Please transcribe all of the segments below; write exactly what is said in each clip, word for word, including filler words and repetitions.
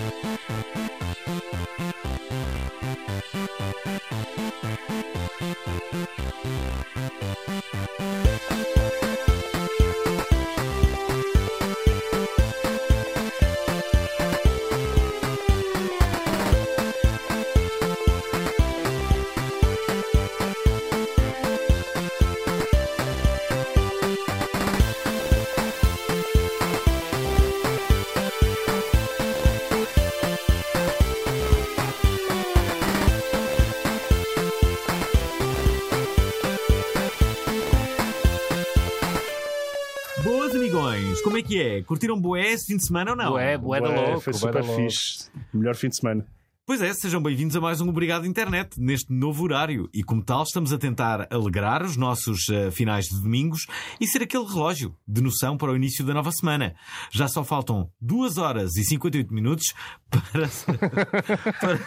Como é que é? Curtiram bué esse fim de semana ou não? Bué, bué da louco. Foi super fixe. Melhor fim de semana. Pois é, sejam bem-vindos a mais um Obrigado Internet, neste novo horário. E como tal, estamos a tentar alegrar os nossos uh, finais de domingos e ser aquele relógio de noção para o início da nova semana. Já só faltam duas horas e cinquenta e oito minutos para, para,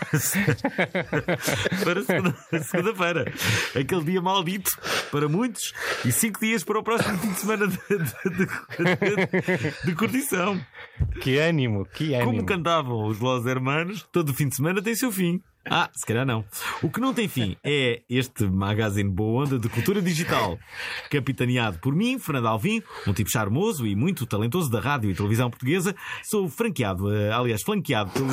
para segunda, segunda-feira. Aquele dia maldito para muitos e cinco dias para o próximo fim de semana de, de, de, de, de curtição. Que ânimo, que ânimo. Como cantavam os Los Hermanos, todo fim de semana tem seu fim. Ah, se calhar não. O que não tem fim é este magazine Boa Onda de cultura digital, capitaneado por mim, Fernando Alvim, um tipo charmoso e muito talentoso da rádio e televisão portuguesa. Sou franqueado, aliás, flanqueado pelos,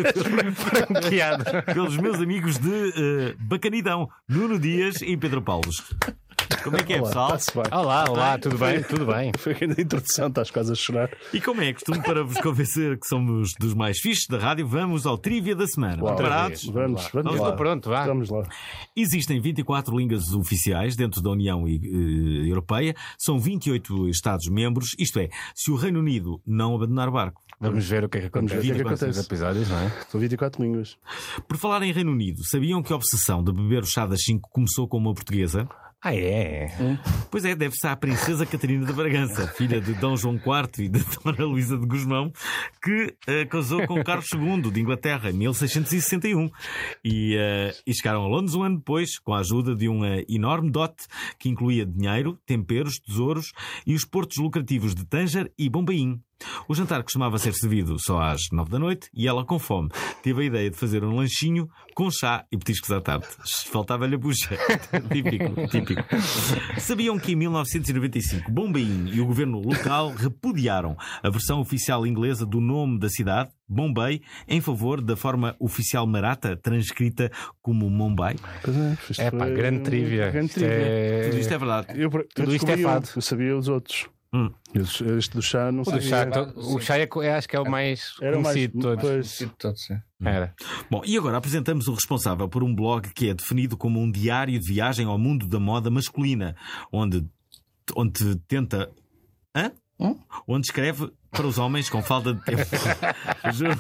franqueado. pelos meus amigos de uh, Bacanidão, Nuno Dias e Pedro Paulos. Como é que é, olá, pessoal? Olá, olá, tudo bem? Tudo bem. Foi a introdução, estás quase a chorar. E como é costume, para vos convencer que somos dos mais fixes da rádio, vamos ao Trivia da Semana. Uau, Preparados? Vamos, vamos, vamos lá. Estou pronto, vá. Vamos lá. Existem vinte e quatro línguas oficiais dentro da União uh, Europeia. São vinte e oito Estados-membros. Isto é, se o Reino Unido não abandonar o barco. Vamos ver o que é que acontece, ver o que é que com esses acontece. episódios, não é? São vinte e quatro línguas. Por falar em Reino Unido, sabiam que a obsessão de beber o chá das cinco começou com uma portuguesa? Ah, é? Hum. Pois é, deve-se à Princesa Catarina de Bragança, filha de Dom João quarto e de Dona Luísa de Gusmão, que uh, casou com Carlos segundo de Inglaterra em mil seiscentos e sessenta e um. E, uh, e chegaram a Londres um ano depois, com a ajuda de um uh, enorme dote que incluía dinheiro, temperos, tesouros e os portos lucrativos de Tânger e Bombaim. O jantar costumava ser servido só às nove da noite e ela, com fome, teve a ideia de fazer um lanchinho com chá e petiscos à tarde. Faltava-lhe a bucha. Típico, típico. Sabiam que em mil novecentos e noventa e cinco Bombaim e o governo local repudiaram a versão oficial inglesa do nome da cidade, Bombay, em favor da forma oficial marata, transcrita como Mumbai? Pois é, isto É pá, foi grande trivia. Grande Isto trivia. é... Tudo isto é verdade. Eu, eu Tudo isto é descobri um, fado. Eu sabia os outros. Hum. Este, este do chá não O, do sabia. chá, então, o chá é, é, acho que é o mais Era o mais- conhecido de todos. pois. de todos, sim. Era. Bom, e agora apresentamos o responsável por um blog que é definido como um diário de viagem ao mundo da moda masculina, onde, onde tenta... Hã? Hum? Onde escreve para os homens com falta de tempo. Juro.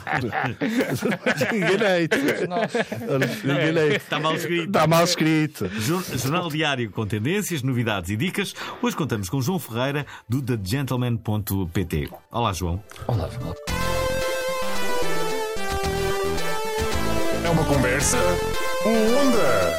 Enganei-te. Enganei-te. Está mal escrito. Está mal escrito. Jor- Jornal diário com tendências, novidades e dicas. Hoje contamos com João Ferreira do the gentleman ponto p t. Olá, João. Olá, João. É uma conversa boa onda.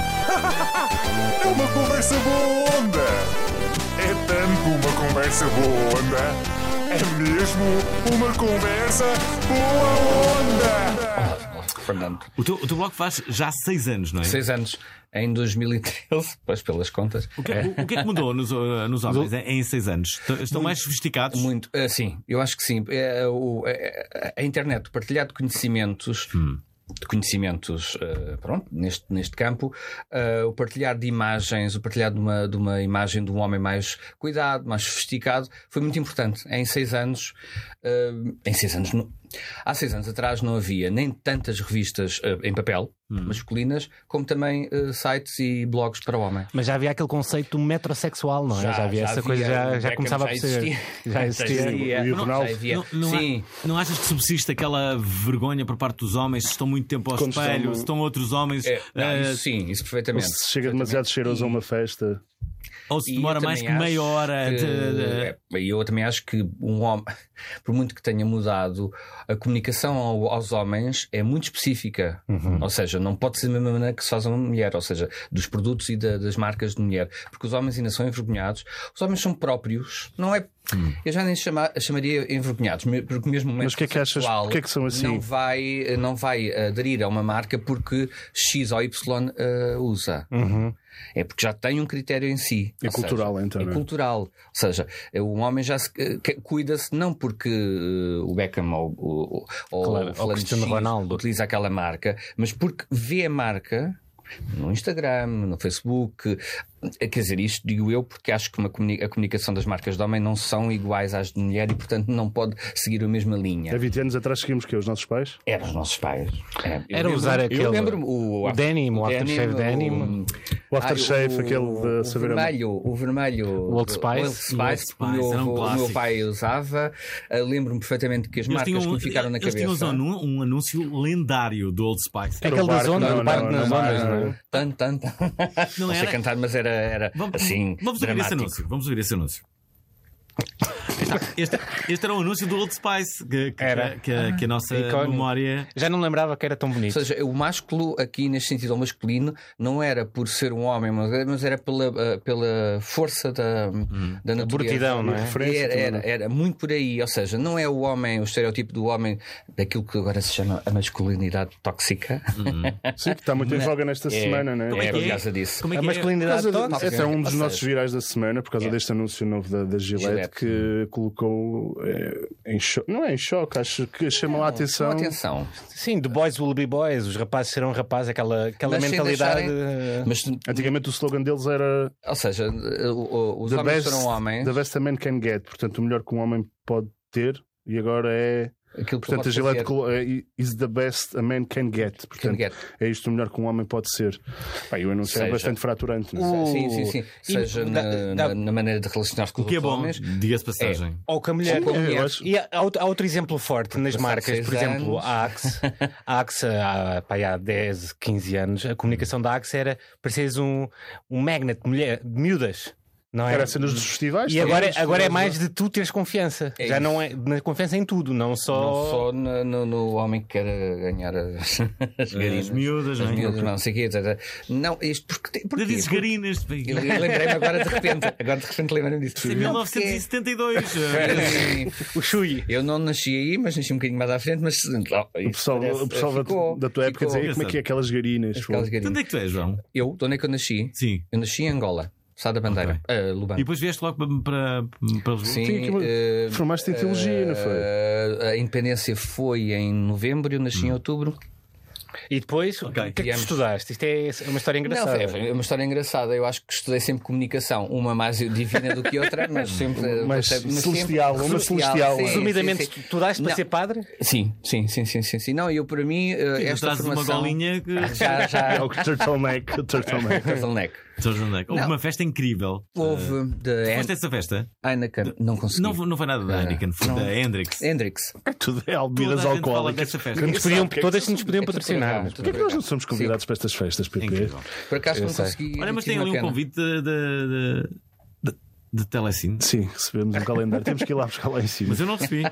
É uma conversa boa onda. É tanto uma conversa boa onda. É mesmo uma conversa boa onda. Olá, João. Fernando. O teu, o teu blog faz já seis anos, não é? Seis anos. Em dois mil e treze, pois pelas contas. O que, o, o que é que mudou nos, uh, nos homens em, em seis anos? Estão- Estão mais sofisticados? Muito. Uh, sim, eu acho que sim. É, o, é, a internet, o partilhar de conhecimentos. Hum. De conhecimentos, uh, pronto, neste, neste campo, uh, o partilhar de imagens, o partilhar de uma, de uma imagem de um homem mais cuidado, mais sofisticado, foi muito importante. Em seis anos, uh, em seis anos, não, há seis anos atrás não havia nem tantas revistas uh, em papel, hum. masculinas, como também uh, sites e blogs para o homem. Mas já havia aquele conceito do metrosexual, não é? Já, Já- havia já essa havia, coisa, já, o já Beckham começava já a ser. existia. Já existia. E o Não, Ronaldo? já havia. Não, não, Sim. há- não achas que subsiste aquela vergonha por parte dos homens se estão muito tempo ao Quando espelho, estão- se estão outros homens, É, não, eh, isso sim, isso Ou perfeitamente. se chega demasiado cheiroso a uma festa. ou se E demora eu mais que também meia acho hora. que- de- de- é, eu também acho que um homem, por muito que tenha mudado, a comunicação ao- aos homens é muito específica. Ou seja, não pode ser da mesma maneira que se faz a uma mulher, ou seja, dos produtos e da- das marcas de mulher. Porque os homens ainda são envergonhados. Os homens são próprios, não é Eu já nem chama, chamaria envergonhados, me- porque mesmo o Mas o que é que achas? sexual Porquê é que são assim? Não vai, não vai aderir a uma marca porque X ou Y eh, usa. É porque já tem um critério em si. É Ou cultural, seja, então, É não é? cultural. Ou seja, o homem já se, eh, que- cuida-se não porque eh, o Beckham ou, ou, ou Claro, o ou fulano Cristiano X Ronaldo. utiliza aquela marca, mas porque vê a marca no Instagram, no Facebook. Quer dizer, isto digo eu porque acho que uma comuni- a comunicação das marcas de homem não são iguais às de mulher e, portanto, não pode seguir a mesma linha. Há vinte anos atrás seguimos que os nossos pais? Eram os nossos pais. É, eu Era lembro- usar eu aquele- lembro-me, o, o denim, o aftershave denim. O aftershave, o- aquele de o saber a- vermelho, o vermelho, O Old Spice. Old O Old Spice, que o meu, Spice, era um avô- o meu clássico. pai usava. Ah, lembro-me perfeitamente que as Eles marcas tinham, que me ficaram na eles tinham cabeça. um, anu- um anúncio lendário do Old Spice. Era Aquele o das barco, ondas, não, o barco não, nas não, ondas, não, não é? Tan, tan, tan. Não Não sei era? cantar, mas era, era Vamos, assim. vamos ouvir esse dramático. anúncio. Vamos ouvir esse anúncio. Este, este era o anúncio do Old Spice que, que, Era. que, a- que a nossa Icónico. memória. Já não lembrava que era tão Ou bonito. seja, o másculo aqui neste sentido, o masculino, não era por ser um homem, mas era pela, ah, pela força da, da natureza. brutidão, não é? Referência Era, também, era, não é? era muito por aí. Ou seja, não é o homem, o estereótipo do homem, daquilo que agora se chama a masculinidade tóxica. Sim, que está muito em voga nesta semana, não é? Como é É que por é? causa disso. Como é A que é? Por masculinidade causa de- tóxica. esse é um dos Ou nossos seja, virais da semana, por causa é. deste anúncio novo da, da Gillette, Gillette. que colocou eh, em choque. Não é em choque, acho que chamou a atenção. Chamou atenção. Sim, the boys will be boys, os rapazes serão rapazes, aquela, aquela Mas sem mentalidade. deixarem- Mas, Antigamente o slogan deles era ou seja, o- o- os the homens best, serão homens. the best a man can get, portanto o melhor que um homem pode ter, e agora é. Aquilo que Portanto, a pode Gillette fazer. colo- é, is the best a man can get. Portanto, get. é isto o melhor que um homem pode ser. Pá, e o anúncio é Seja- bastante fraturante. Não é? O- Sim, sim, sim. E Seja dá- na, dá- na- na maneira de relacionar-se com O os que é outros bom, homens. diga-se passagem. Ou com a mulher. Ou com a mulher. Eu acho- E há, há outro- há outro exemplo forte nas passado marcas, seis por exemplo, anos. a Axe. A Axe, há, pá, há dez, quinze anos, a comunicação da Axe era pareceres um, um magnet de, mulher, de miúdas. Não é? Era cenas dos festivais. E também, agora, dos agora é festivais, mais de tu teres confiança. É Já isso. não é na confiança em tudo, não só. Não só no, no- no homem que quer ganhar as, as garinas. As miúdas, As não é? miúdas, não sei o quê. etcétera. Não, isto porque. porque Dizes garinas. bem. Eu lembrei-me agora de repente. Agora de repente lembrei-me disso. Em Não, mil novecentos e setenta e dois. porque- O Shui. Eu não nasci aí, mas nasci um bocadinho mais à frente. Mas O pessoal, o pessoal da- ficou, da tua época ficou. dizia como é que é aquelas garinas. Aquelas pô. De onde garinas. é que tu és, João? Eu, de onde é que eu nasci? Sim. Eu nasci em Angola, Sá da Bandeira, Ok. uh, Luban. E depois vieste logo para, para, para Lisboa? Sim, Sim, aqui uma- eh, formaste em teologia, não foi? eh, a independência foi em novembro, eu nasci em outubro. E depois, o que é que tu Viemos. estudaste? Isto é uma história Não, engraçada. foi, foi uma história engraçada. Eu acho que estudei sempre comunicação, uma mais divina do que outra, mas sempre. Mais mas sempre- celestial, uma celestial. sim, Resumidamente, sim, sim. tu daste para Não. ser padre? Sim, sim, sim, sim, sim, sim. Não, eu para mim, eh, Tu esta trazes uma formação. golinha que. Já, já. É o turtleneck. O turtleneck. Turtleneck. Houve Não. uma festa incrível. Houve de Foste a essa festa? Heineken, não consegui. Não, não foi nada da Heineken, foi Não. da Hendrix. Hendrix. Tudo é Toda albidas a gente fala alcoólicas. dessa festa. Que nos podiam, Porque é que- todas nos podiam é tudo patrocinar. para cá, mas tudo Porquê é que nós não somos convidados para estas festas, É P P? incrível. Por acaso Eu não sei. consegui. Olha, mas tive tem uma ali um pena. convite de, de, de, de Telecine. Sim, recebemos um calendário. Temos que ir lá buscar lá em cima. Mas eu não recebi.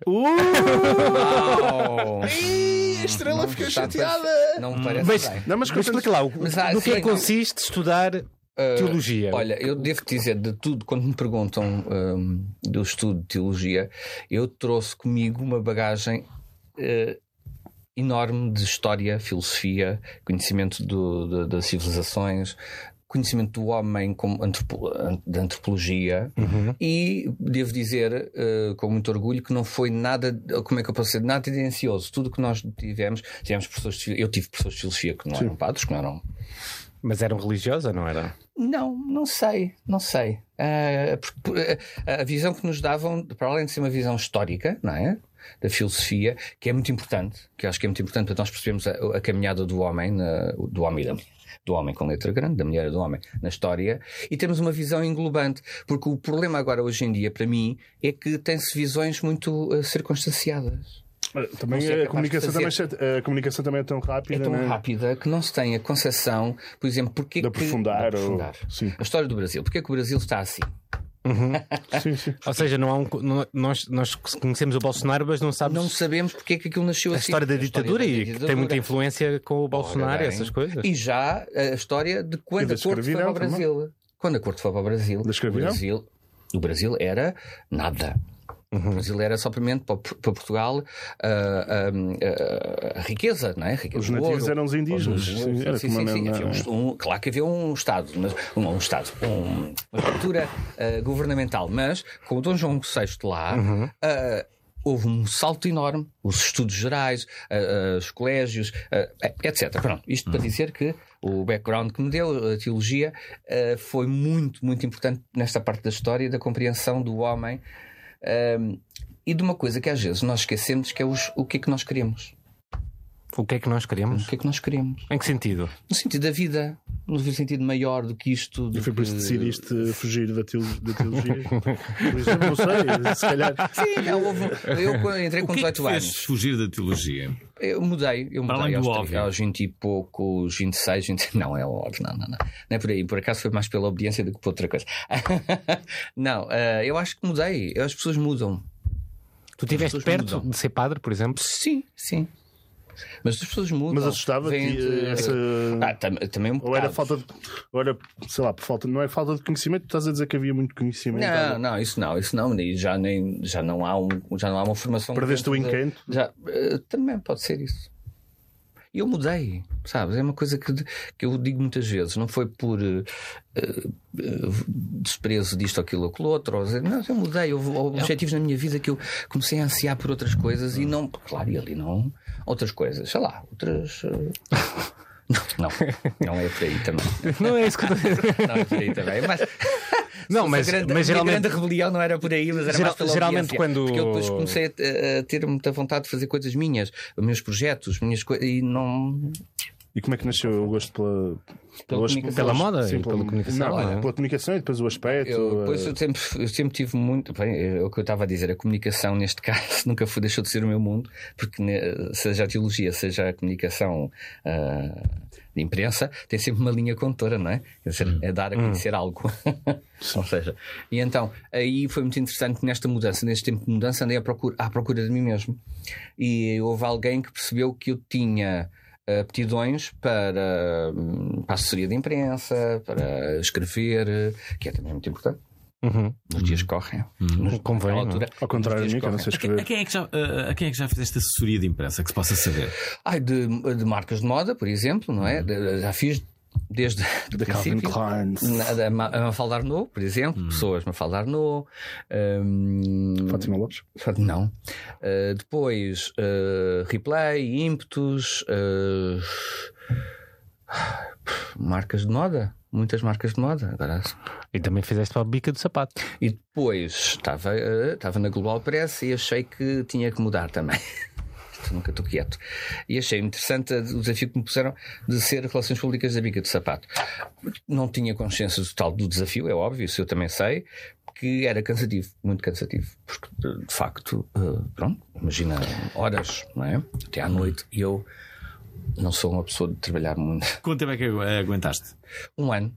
Uau! A estrela Não fica está- chateada. Não me parece Mas- bem. Não, mas Mas explica lá, o- Mas há- no que é sim, que não. consiste estudar teologia? Olha, eu devo dizer de tudo, quando me perguntam hum, do estudo de teologia, eu trouxe comigo uma bagagem eh, enorme de história, filosofia, conhecimento do- de- das civilizações, conhecimento do homem como antropo, de antropologia e devo dizer eh, com muito orgulho que não foi nada, como é que eu posso dizer, nada tendencioso. Tudo que nós tivemos, tivemos professores de, fil- eu tive professores de filosofia que não eram padres, que não eram. Mas eram religiosas, não eram? Não, não sei, não sei. Ah, porque, ah, a visão que nos davam, para além de ser uma visão histórica, não é? Da filosofia, que é muito importante, que eu acho que é muito importante para nós percebermos a, a caminhada do homem, na- do homem e da mulher. Do homem com letra grande, da mulher e do homem na história, e temos uma visão englobante, porque o problema agora hoje em dia, para mim, é que tem-se visões muito ah, circunstanciadas. Também Não sei, a, capaz comunicação de também, fazer. a comunicação também é tão rápida. É tão não é? rápida que não se tem a concepção, por exemplo, porque De aprofundar. de ou- aprofundar. Sim. A história do Brasil, porque é que o Brasil está assim? Sim, sim. Ou seja, não há um, não- nós, nós conhecemos o Bolsonaro, mas não sabemos Não sabemos porque é que aquilo nasceu a assim. história da A ditadura da e que tem ditadura. muita influência com o Bolsonaro Ora e bem. essas coisas. E já a história de E quando da a corte foi para o escravidão Brasil. Quando a corte foi para o Brasil. Da escravidão? O Brasil. O Brasil era nada. Uhum. O Brasil era somente para, para Portugal a, a, a, a riqueza, não é? A riqueza. Os nativos ouro, eram os indígenas. Sim, sim, era sim, sim, sim. Havia um, um, claro que havia um Estado, mas, um, um Estado, um, uma estrutura uh, governamental, mas com o Dom João sexto lá. Uhum. Uh, houve um salto enorme, os estudos gerais, uh, uh, os colégios, uh, etcétera. Pronto, isto para dizer que o background que me deu, a teologia, uh, foi muito, muito importante nesta parte da história e da compreensão do homem uh, e de uma coisa que às vezes nós esquecemos, que é os, o que é que nós queremos. O que é que nós queremos? O que é que nós queremos? Em que sentido? No sentido da vida, no sentido maior do que isto. E foi por isso que decidiste fugir da, teolo- da teologia? Não sei, se calhar. Sim, não, houve, eu entrei com dezoito anos. Fugir da teologia? Eu mudei, eu mudei aos, aos vinte e poucos, vinte e seis, vinte... não é óbvio, não, não, não, não é por aí. Por acaso foi mais pela obediência do que por outra coisa. Não, uh, eu acho que mudei, as pessoas mudam. Tu estiveste perto mudam. de ser padre, por exemplo? Sim, sim. Mas as pessoas mudam. Mas assustava-te de... essa... ah, tam- também um ou era falta de... ou era, sei lá, por falta... não é falta de conhecimento, tu estás a dizer que havia muito conhecimento. Não, era... não, isso não, isso não, já, nem, já, não há um, já não há uma formação. Perdeste o encanto? De... Já, uh, também pode ser isso. E eu mudei, sabes? É uma coisa que, que eu digo muitas vezes, não foi por uh, uh, desprezo disto ou aquilo ou aquilo outro, ou dizer, não, eu mudei, houve objetivos na minha vida que eu comecei a ansiar por outras coisas e não, claro, e ali não, outras coisas, sei lá, outras. Uh... Não, não, não é por aí também. Não é isso que eu estou a dizer. Não é por aí também, mas. Não, mas, grande, mas geralmente a grande rebelião não era por aí, mas era geral, mais pela geralmente audiência. quando Porque eu depois comecei a, a ter muita vontade de fazer coisas minhas, os meus projetos, minhas coisas, e não. E como é que nasceu o gosto pela pela, gosto, comunicação. pela moda? Sim, pela, pela comunicação. Não, é? pela comunicação e depois o aspecto. Eu, depois a... eu, sempre, eu sempre tive muito. Bem, é o que eu estava a dizer, a comunicação neste caso nunca foi, deixou de ser o meu mundo, porque seja a teologia, seja a comunicação uh, de imprensa, tem sempre uma linha condutora, não é? Quer dizer, hum. é dar a conhecer hum. algo. Ou seja, e então aí foi muito interessante nesta mudança, neste tempo de mudança, andei à procura, à procura de mim mesmo. E houve alguém que percebeu que eu tinha aptidões para, para a assessoria de imprensa, para escrever, que é também muito importante. Uhum. Nos dias que correm. Uhum. Convém, altura, ao contrário de mim, que eu não sei escrever. A quem, é que já, a quem é que já fizeste assessoria de imprensa, que se possa saber? Ai, de, de marcas de moda, por exemplo, não é? De, já fiz desde da Calvin Klein, a Mafalda Arnaud, por exemplo, hum. pessoas Mafalda Arnaud, um, Fátima Lopes, não. Uh, depois uh, Replay, Ímpetus, uh, marcas de moda, muitas marcas de moda. Agora. E também fizeste para a bica do sapato. E depois estava, uh, estava na Global Press e achei que tinha que mudar também. Nunca estou quieto. E achei interessante o desafio que me puseram de ser Relações Públicas da Bica do Sapato. Não tinha consciência total do desafio, é óbvio, isso eu também sei, que era cansativo, muito cansativo. Porque, de facto, pronto, imagina horas, não é? Até à noite, e eu não sou uma pessoa de trabalhar muito. Quanto tempo é que aguentaste? Um ano.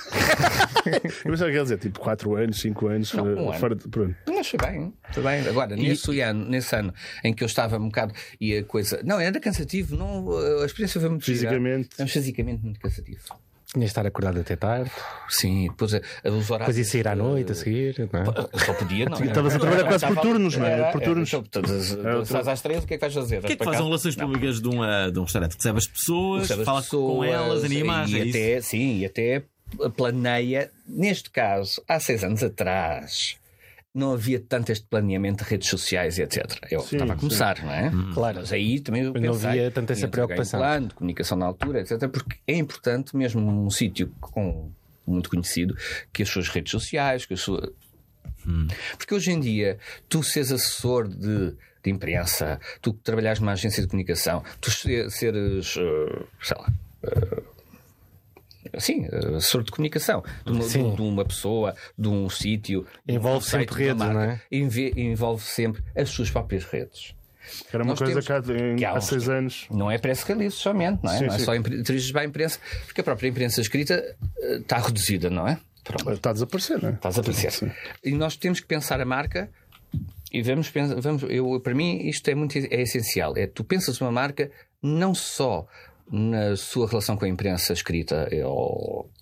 Eu pensava que ia dizer tipo quatro anos, cinco anos. Não, um fora de... Pronto. Mas foi bem, foi bem. Agora, e... nesse, ano, nesse ano em que eu estava um bocado e a coisa. Não, era cansativo, não, a experiência foi muito fisicamente. Mas fisicamente muito cansativo. Tinha de estar acordado até tarde. Sim, depois os horários. Depois ia sair à noite a seguir. Não é? Só podia, não. Estavas a trabalhar quase por turnos, não é? Por turnos. Estás às três, o que é que vais fazer? O que é que fazem relações públicas de, uma, de um restaurante? Recebe as pessoas, fala com elas, anima e até, sim, e até planeia. Neste caso, há seis anos atrás, não havia tanto este planeamento de redes sociais e etcétera. Eu sim, estava a começar, sim. não é? Hum. Claro. Mas aí também eu pensei, não havia tanta essa preocupação. Um plano de comunicação na altura, etcétera. Porque é importante, mesmo num sítio com, muito conhecido, que as suas redes sociais, que as suas... Hum. Porque hoje em dia, tu seres assessor de, de imprensa, tu trabalhares numa agência de comunicação, tu seres, uh, sei lá... Uh, Sim, assessor de comunicação de uma, de, de uma pessoa, de um sítio, envolve um sempre redes, não é? Envolve sempre as suas próprias redes. Era uma Nós coisa que há, em, há, há seis anos. Não é press release somente, não é? Sim, não é sim. só entrevistas para a imprensa, porque a própria imprensa escrita uh, está reduzida, não é? Pronto. Está a desaparecer, não é? Está a desaparecer. Sim. E nós temos que pensar a marca e vamos, vamos eu, para mim isto é muito é essencial. É tu pensas uma marca não só na sua relação com a imprensa escrita ou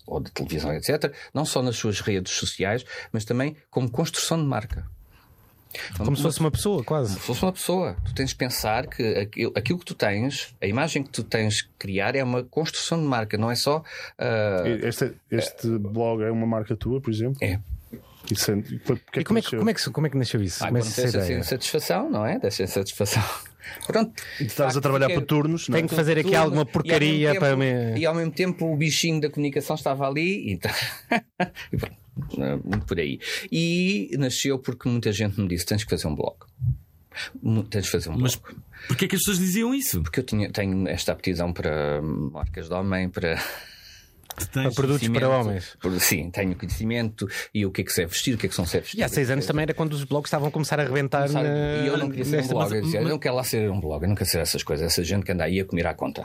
ou de televisão, etcétera, não só nas suas redes sociais, mas também como construção de marca. Como se fosse uma pessoa, quase. Se fosse uma pessoa, tu tens de pensar que aquilo, aquilo que tu tens, a imagem que tu tens que criar é uma construção de marca, não é só. Uh... Este, este uh... blog é uma marca tua, por exemplo? É. Isso é... E como é, que, como, é que, como é que nasceu isso? Ah, como é quando tens assim, satisfação, não é? Deixa satisfação. Pronto. E tu estás a trabalhar por turnos, não é? Tenho que fazer aqui alguma porcaria e para tempo, me. E ao mesmo tempo o bichinho da comunicação estava ali e, e pronto. Muito por aí. E nasceu porque muita gente me disse: tens que fazer um blog. Tens de fazer um blog. Mas porquê é que as pessoas diziam isso? Porque eu tinha, tenho esta aptidão para marcas de homem, para. Para produtos para homens. Sim, tenho conhecimento e o que é que se é vestir, o que é que não se é vestir. E há seis anos também era quando os blogs estavam a começar a arrebentar. Começar, na... E eu não queria ser nesta... um blog. Eu, dizia, mas... eu não quero lá ser um blog, eu não quero ser essas coisas. Essa gente que anda aí a comer à conta.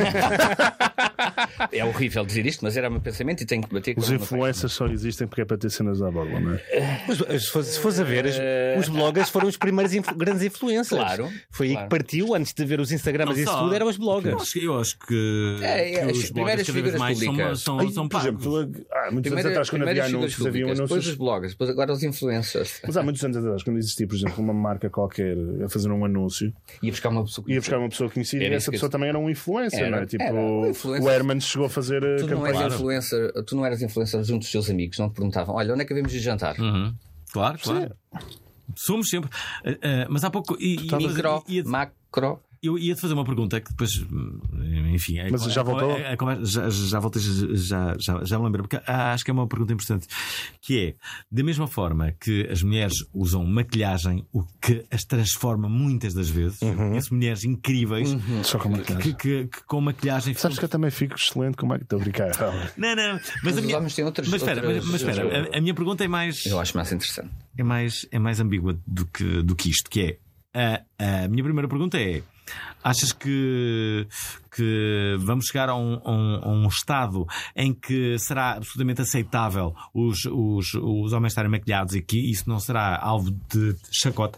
É horrível dizer isto, mas era o meu pensamento e tenho que bater com os influencers só existem porque é para ter cenas à borla, não é? Mas, se fores, se fores a ver, os bloggers foram os primeiros influ... grandes influencers. Claro. Foi claro. aí que partiu, antes de ver os Instagrams e isso tudo, eram os bloggers. Eu acho, eu acho que, é, é, que as os primeiras bloggers cada vez mais públicas. são, são, são por exemplo, tu, ah, muitos Primeira, anos atrás, quando havia anúncios, havia públicas, anúncios. Depois os bloggers, depois agora os influencers. Mas há muitos anos atrás, quando existia, por exemplo, uma marca qualquer a fazer um anúncio, ia buscar uma pessoa ia buscar uma pessoa conhecida e essa pessoa também era um influencer, era, não é? Tipo, um o Herman chegou a fazer tu campanha. Não eras influencer, tu não eras influencer junto dos teus amigos, não te perguntavam: olha, onde é que devemos ir jantar? Uhum. Claro, claro. Sim. Somos sempre. Uh, uh, mas há pouco. E, e, micro, e, e, macro. Eu ia-te fazer uma pergunta que depois, enfim. Mas a, já voltou? A, a, a, já, já voltei, já, já, já me lembro, porque ah, acho que é uma pergunta importante. Que é, da mesma forma que as mulheres usam maquilhagem, o que as transforma muitas das vezes, uhum. conheço mulheres incríveis uhum. Só com maquilhagem. Que, que, que com maquilhagem. Sabes que eu também fico excelente, como é que estou a brincar? Não, não, mas, mas a minha. Os têm outras, mas espera, outras... mas, mas espera, a, a minha pergunta é mais. Eu acho mais interessante. É mais, é mais ambígua do que, do que isto, que é. A, a minha primeira pergunta é: achas que, que vamos chegar a um, a, um, a um estado em que será absolutamente aceitável os, os, os homens estarem maquilhados e que isso não será alvo de chacota?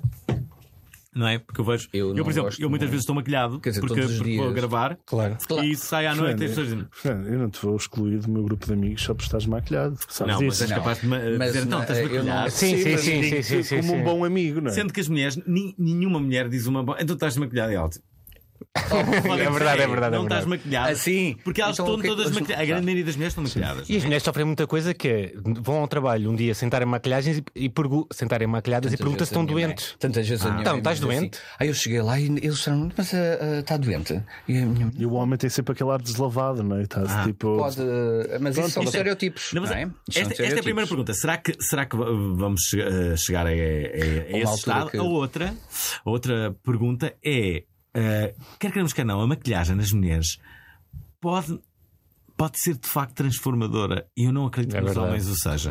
Não é? Porque eu vejo. Eu, eu por exemplo, eu muitas vezes estou maquilhado dizer, porque, porque vou gravar, claro. E isso sai à noite e pessoas dizem: eu não te vou excluir do meu grupo de amigos só por estares maquilhado. Sabes não, isso? mas és capaz de me mas, dizer: não, estás maquilhado. Sim, sim, sim, sim, sim, sim, como um bom amigo, não é? Sendo que as mulheres, ni, nenhuma mulher diz uma boa. Então estás maquilhado e alto. Oh, é verdade, é verdade. Não é estás verdade. maquilhado. Assim, porque elas então, estão todas maquilhadas. A grande maioria das mulheres estão maquilhadas. E as mulheres sofrem muita coisa que é, vão ao trabalho um dia sentarem maquilhagens e, e pergu- sentarem maquilhadas e perguntam se estão doentes. Mãe, tantas vezes ah, a minha então, mãe estás doente? Assim, aí eu cheguei lá e eles disseram: mas uh, uh, está doente? E, a minha... e o homem tem sempre aquele ar deslavado, não é? Está ah, tipo. Pode, mas isso são estereotipos. Não, mas não é? Esta, esta é a primeira pergunta. Será que, será que vamos chegar a, a, a esse estado? Que... A outra, a outra pergunta é. Uh, quer queremos quer não, a maquilhagem nas mulheres pode, pode ser de facto transformadora. E eu não acredito é que nos homens o seja.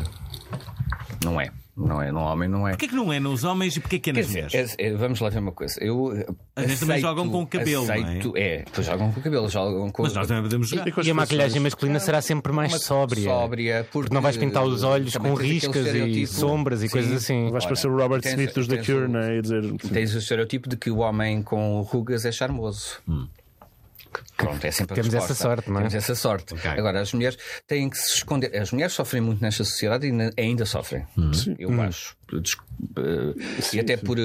Não é. Não é, no homem não é. Porquê que não é nos homens e porquê que é nas mulheres? É, é, vamos lá ver uma coisa. Eu As mulheres também jogam com o cabelo, aceito, não é? É, depois jogam com o cabelo, jogam com... Mas nós também podemos jogar. E, e a maquilhagem masculina será sempre mais sóbria. Sóbria, porque, porque não vais pintar os olhos com riscas e sombras e sim, coisas assim. Vais parecer o Robert Smith dos The Cure, não é? E dizer... Tens o estereotipo de que o homem com rugas é charmoso. Hum. Pronto, é sempre a Temos resposta. essa sorte, não é? Temos essa sorte. Okay. Agora, as mulheres têm que se esconder. As mulheres sofrem muito nesta sociedade e ainda sofrem. Hum. Eu hum. acho. Sim, e até sim. por uh,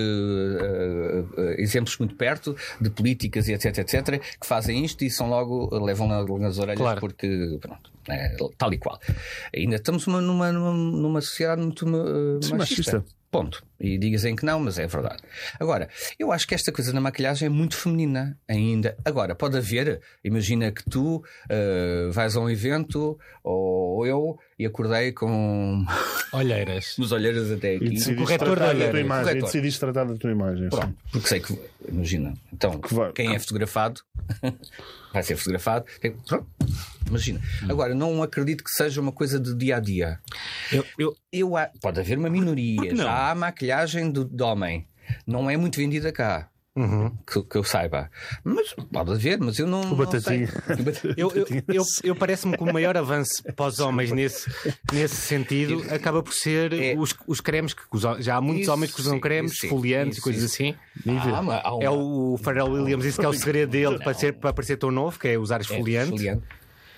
uh, exemplos muito perto de políticas e etc, etc, que fazem isto e são logo, levam nas orelhas, claro. Porque, pronto, é, tal e qual. Ainda estamos numa, numa, numa sociedade muito uh, sim, machista. machista. Ponto. E dizem que não, mas é verdade. Agora, eu acho que esta coisa na maquilhagem é muito feminina ainda. Agora, pode haver, imagina que tu uh, vais a um evento, ou eu, e acordei com olheiras. Nos olheiras até aqui. E corretor de olheiras. Imagem, e decidiste tratar da tua imagem. Pronto, porque sei que, imagina, então, que vai, quem é fotografado vai ser fotografado. Pronto, imagina. Hum. Agora, não acredito que seja uma coisa de dia a dia. Eu, eu, eu, pode haver uma minoria. Já há maquilhagem de, de homem. Não é muito vendida cá. Uhum. Que, que eu saiba, mas pode haver, mas eu não, o batatinho. não sei. eu, eu, eu, eu parece-me que o maior avanço para os homens nesse, nesse sentido acaba por ser é. os, os cremes que os, já há muitos isso, homens que usam sim, cremes, isso, esfoliantes e coisas isso. assim. Ah, há uma... É o Pharrell Williams, isso que é o segredo dele para, ser, para parecer tão novo, que é usar esfoliante. É, esfoliante.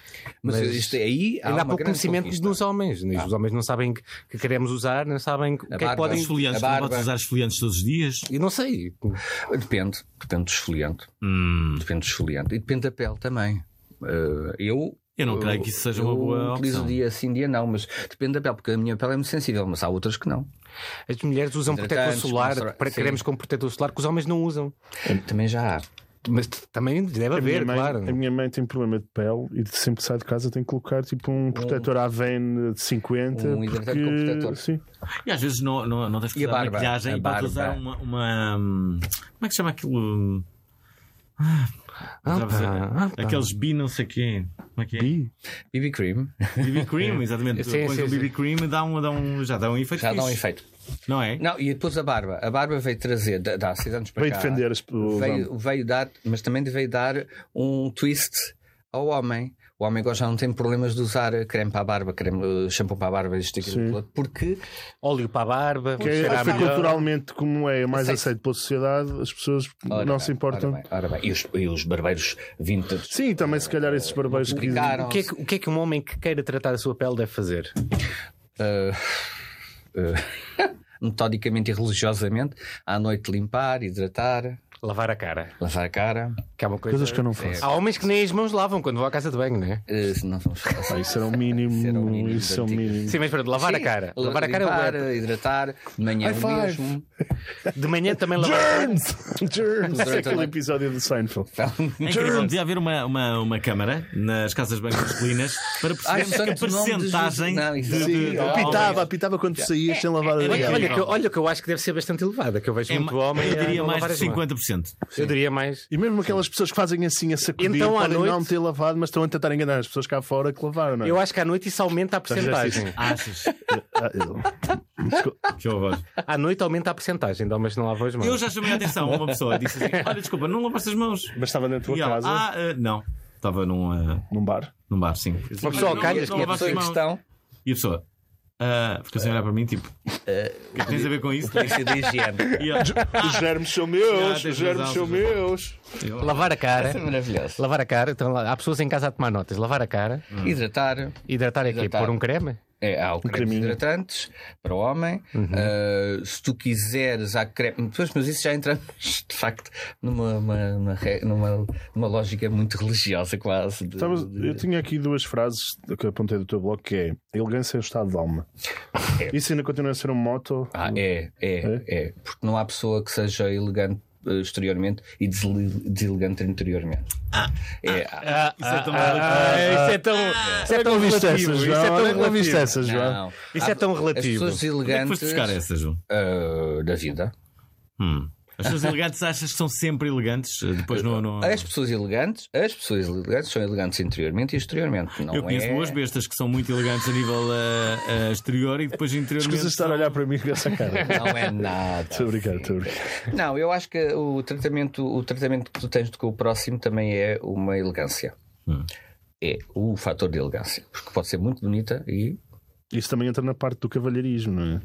Mas, mas isto aí há ainda há pouco conhecimento conhecimento dos homens. Ah. Os homens não sabem que, que queremos usar, não sabem o que barba, é que podem. Esfoliantes, não podes usar esfoliantes todos os dias? Eu não sei. Depende, depende do esfoliante. Hum. Depende do esfoliante. E depende da pele também. Uh, eu. Eu não eu, creio que isso seja uma boa opção. Utilizo dia sim, dia não, mas depende da pele, porque a minha pele é muito sensível, mas há outras que não. As mulheres usam protetor solar, para queremos com protetor solar que os homens não usam. Também já há. Mas também deve haver, mãe, claro. A minha mãe tem problema de pele e sempre que sai de casa tem que colocar tipo um protetor Avène de cinquenta. Um hidratante porque... com protetor. Sim. E às vezes não, não, não tens que usar maquilhagem e podes usar uma, uma. Como é que se chama aquilo? Ah, ah, pá, ah, aqueles B não sei quê. Como é que é? B B cream. B B cream, exatamente. Sim, Depois sim, o B B cream dá um, dá um, já dá um efeito. Já fixe. dá um efeito. Não é? Não, e depois a barba. A barba veio trazer, dá há seis anos para veio cá. Defender as, veio, veio dar, mas também veio dar um twist ao homem. O homem agora já não tem problemas de usar creme para a barba, creme, shampoo para a barba, isto aquilo, porque óleo para a barba, que é, acho que culturalmente, como é mais aceito. aceito pela sociedade, as pessoas ora não bem, se importam. Ora bem, ora bem. E, os, e os barbeiros vintage. Sim, também se calhar esses barbeiros que o que, é que, o que é que um homem que queira tratar a sua pele deve fazer? Uh, uh, metodicamente e religiosamente, à noite limpar, hidratar. Lavar a cara. Lavar a cara. Que é uma coisa... Coisas que eu não faço. Há homens que nem as mãos lavam quando vão à casa de banho, não é? Uh, não vamos ah, isso era o mínimo. Era o mínimo isso é o mínimo. Sim, mas para lavar Sim, a cara. Lavar limpar, a cara é o hidratar. De manhã é o mesmo. De manhã também lavar Germs! Germs! É aquele episódio do Seinfeld. É incrível. Devia haver uma, uma, uma câmara nas casas de banho masculinas para percebermos que a percentagem. Apitava, apitava quando saías sem lavar a cara. Olha que, olha que eu acho que deve ser bastante elevada, que eu vejo muito homem. Eu diria mais de cinquenta por cento. Eu diria mais. E mesmo aquelas pessoas que fazem assim a sacudir então, podem noite... não ter lavado, mas estão a tentar enganar as pessoas cá fora que lavaram, não é? Eu acho que à noite isso aumenta a percentagem. Achas? Que horror. À noite aumenta a percentagem de homens que não lavam as mãos. Eu já chamei a atenção a uma pessoa e disse assim: olha, desculpa, não lavaste as mãos. Mas estava na tua e ela, casa? Ah, uh, não. Estava num, uh... num bar? Num bar, sim. Uma pessoa ao calhas que é a pessoa em questão. E a pessoa. Uh, fica assim a olhar para mim, tipo, o uh, que é que tens a ver com isso? Polícia de higiene. Os germes são meus, os germes são meus. Lavar a cara. Isso é maravilhoso. Lavar a cara. Então, há pessoas em casa a tomar notas. Lavar a cara. Hum. Hidratar. Hidratar é quê? Pôr um creme? É, há o creme hidratantes para o homem. Uhum. Uh, se tu quiseres, há creme. Depois, mas isso já entramos de facto numa, uma, uma, numa, numa lógica muito religiosa, quase. De, Sabes, de... Eu tinha aqui duas frases que apontei do teu blog, que é: elegância é o estado de alma. É. Isso ainda continua a ser um motto? Ah, é, é, é, é. Porque não há pessoa que seja elegante exteriormente e deselegante interiormente. Ah, é, ah, isso é tão isso é tão isso é tão relativo. Isso é tão relativo. Essa, João. Isso é tão relativo. As pessoas elegantes. Como é que foste buscar essa, João? Uh, da vida. Hum. As pessoas elegantes achas que são sempre elegantes? Depois no, no... As pessoas elegantes, as pessoas elegantes são elegantes interiormente e exteriormente. Não Eu conheço é... duas bestas que são muito elegantes a nível uh, uh, exterior e depois interiormente. Escusa estar a olhar para mim com essa cara. Não é nada. Estou a brincar, estou a brincar. Não, eu acho que o tratamento, o tratamento que tu tens com o próximo também é uma elegância. Hum. É o fator de elegância. Porque pode ser muito bonita e. Isso também entra na parte do cavalheirismo, não é?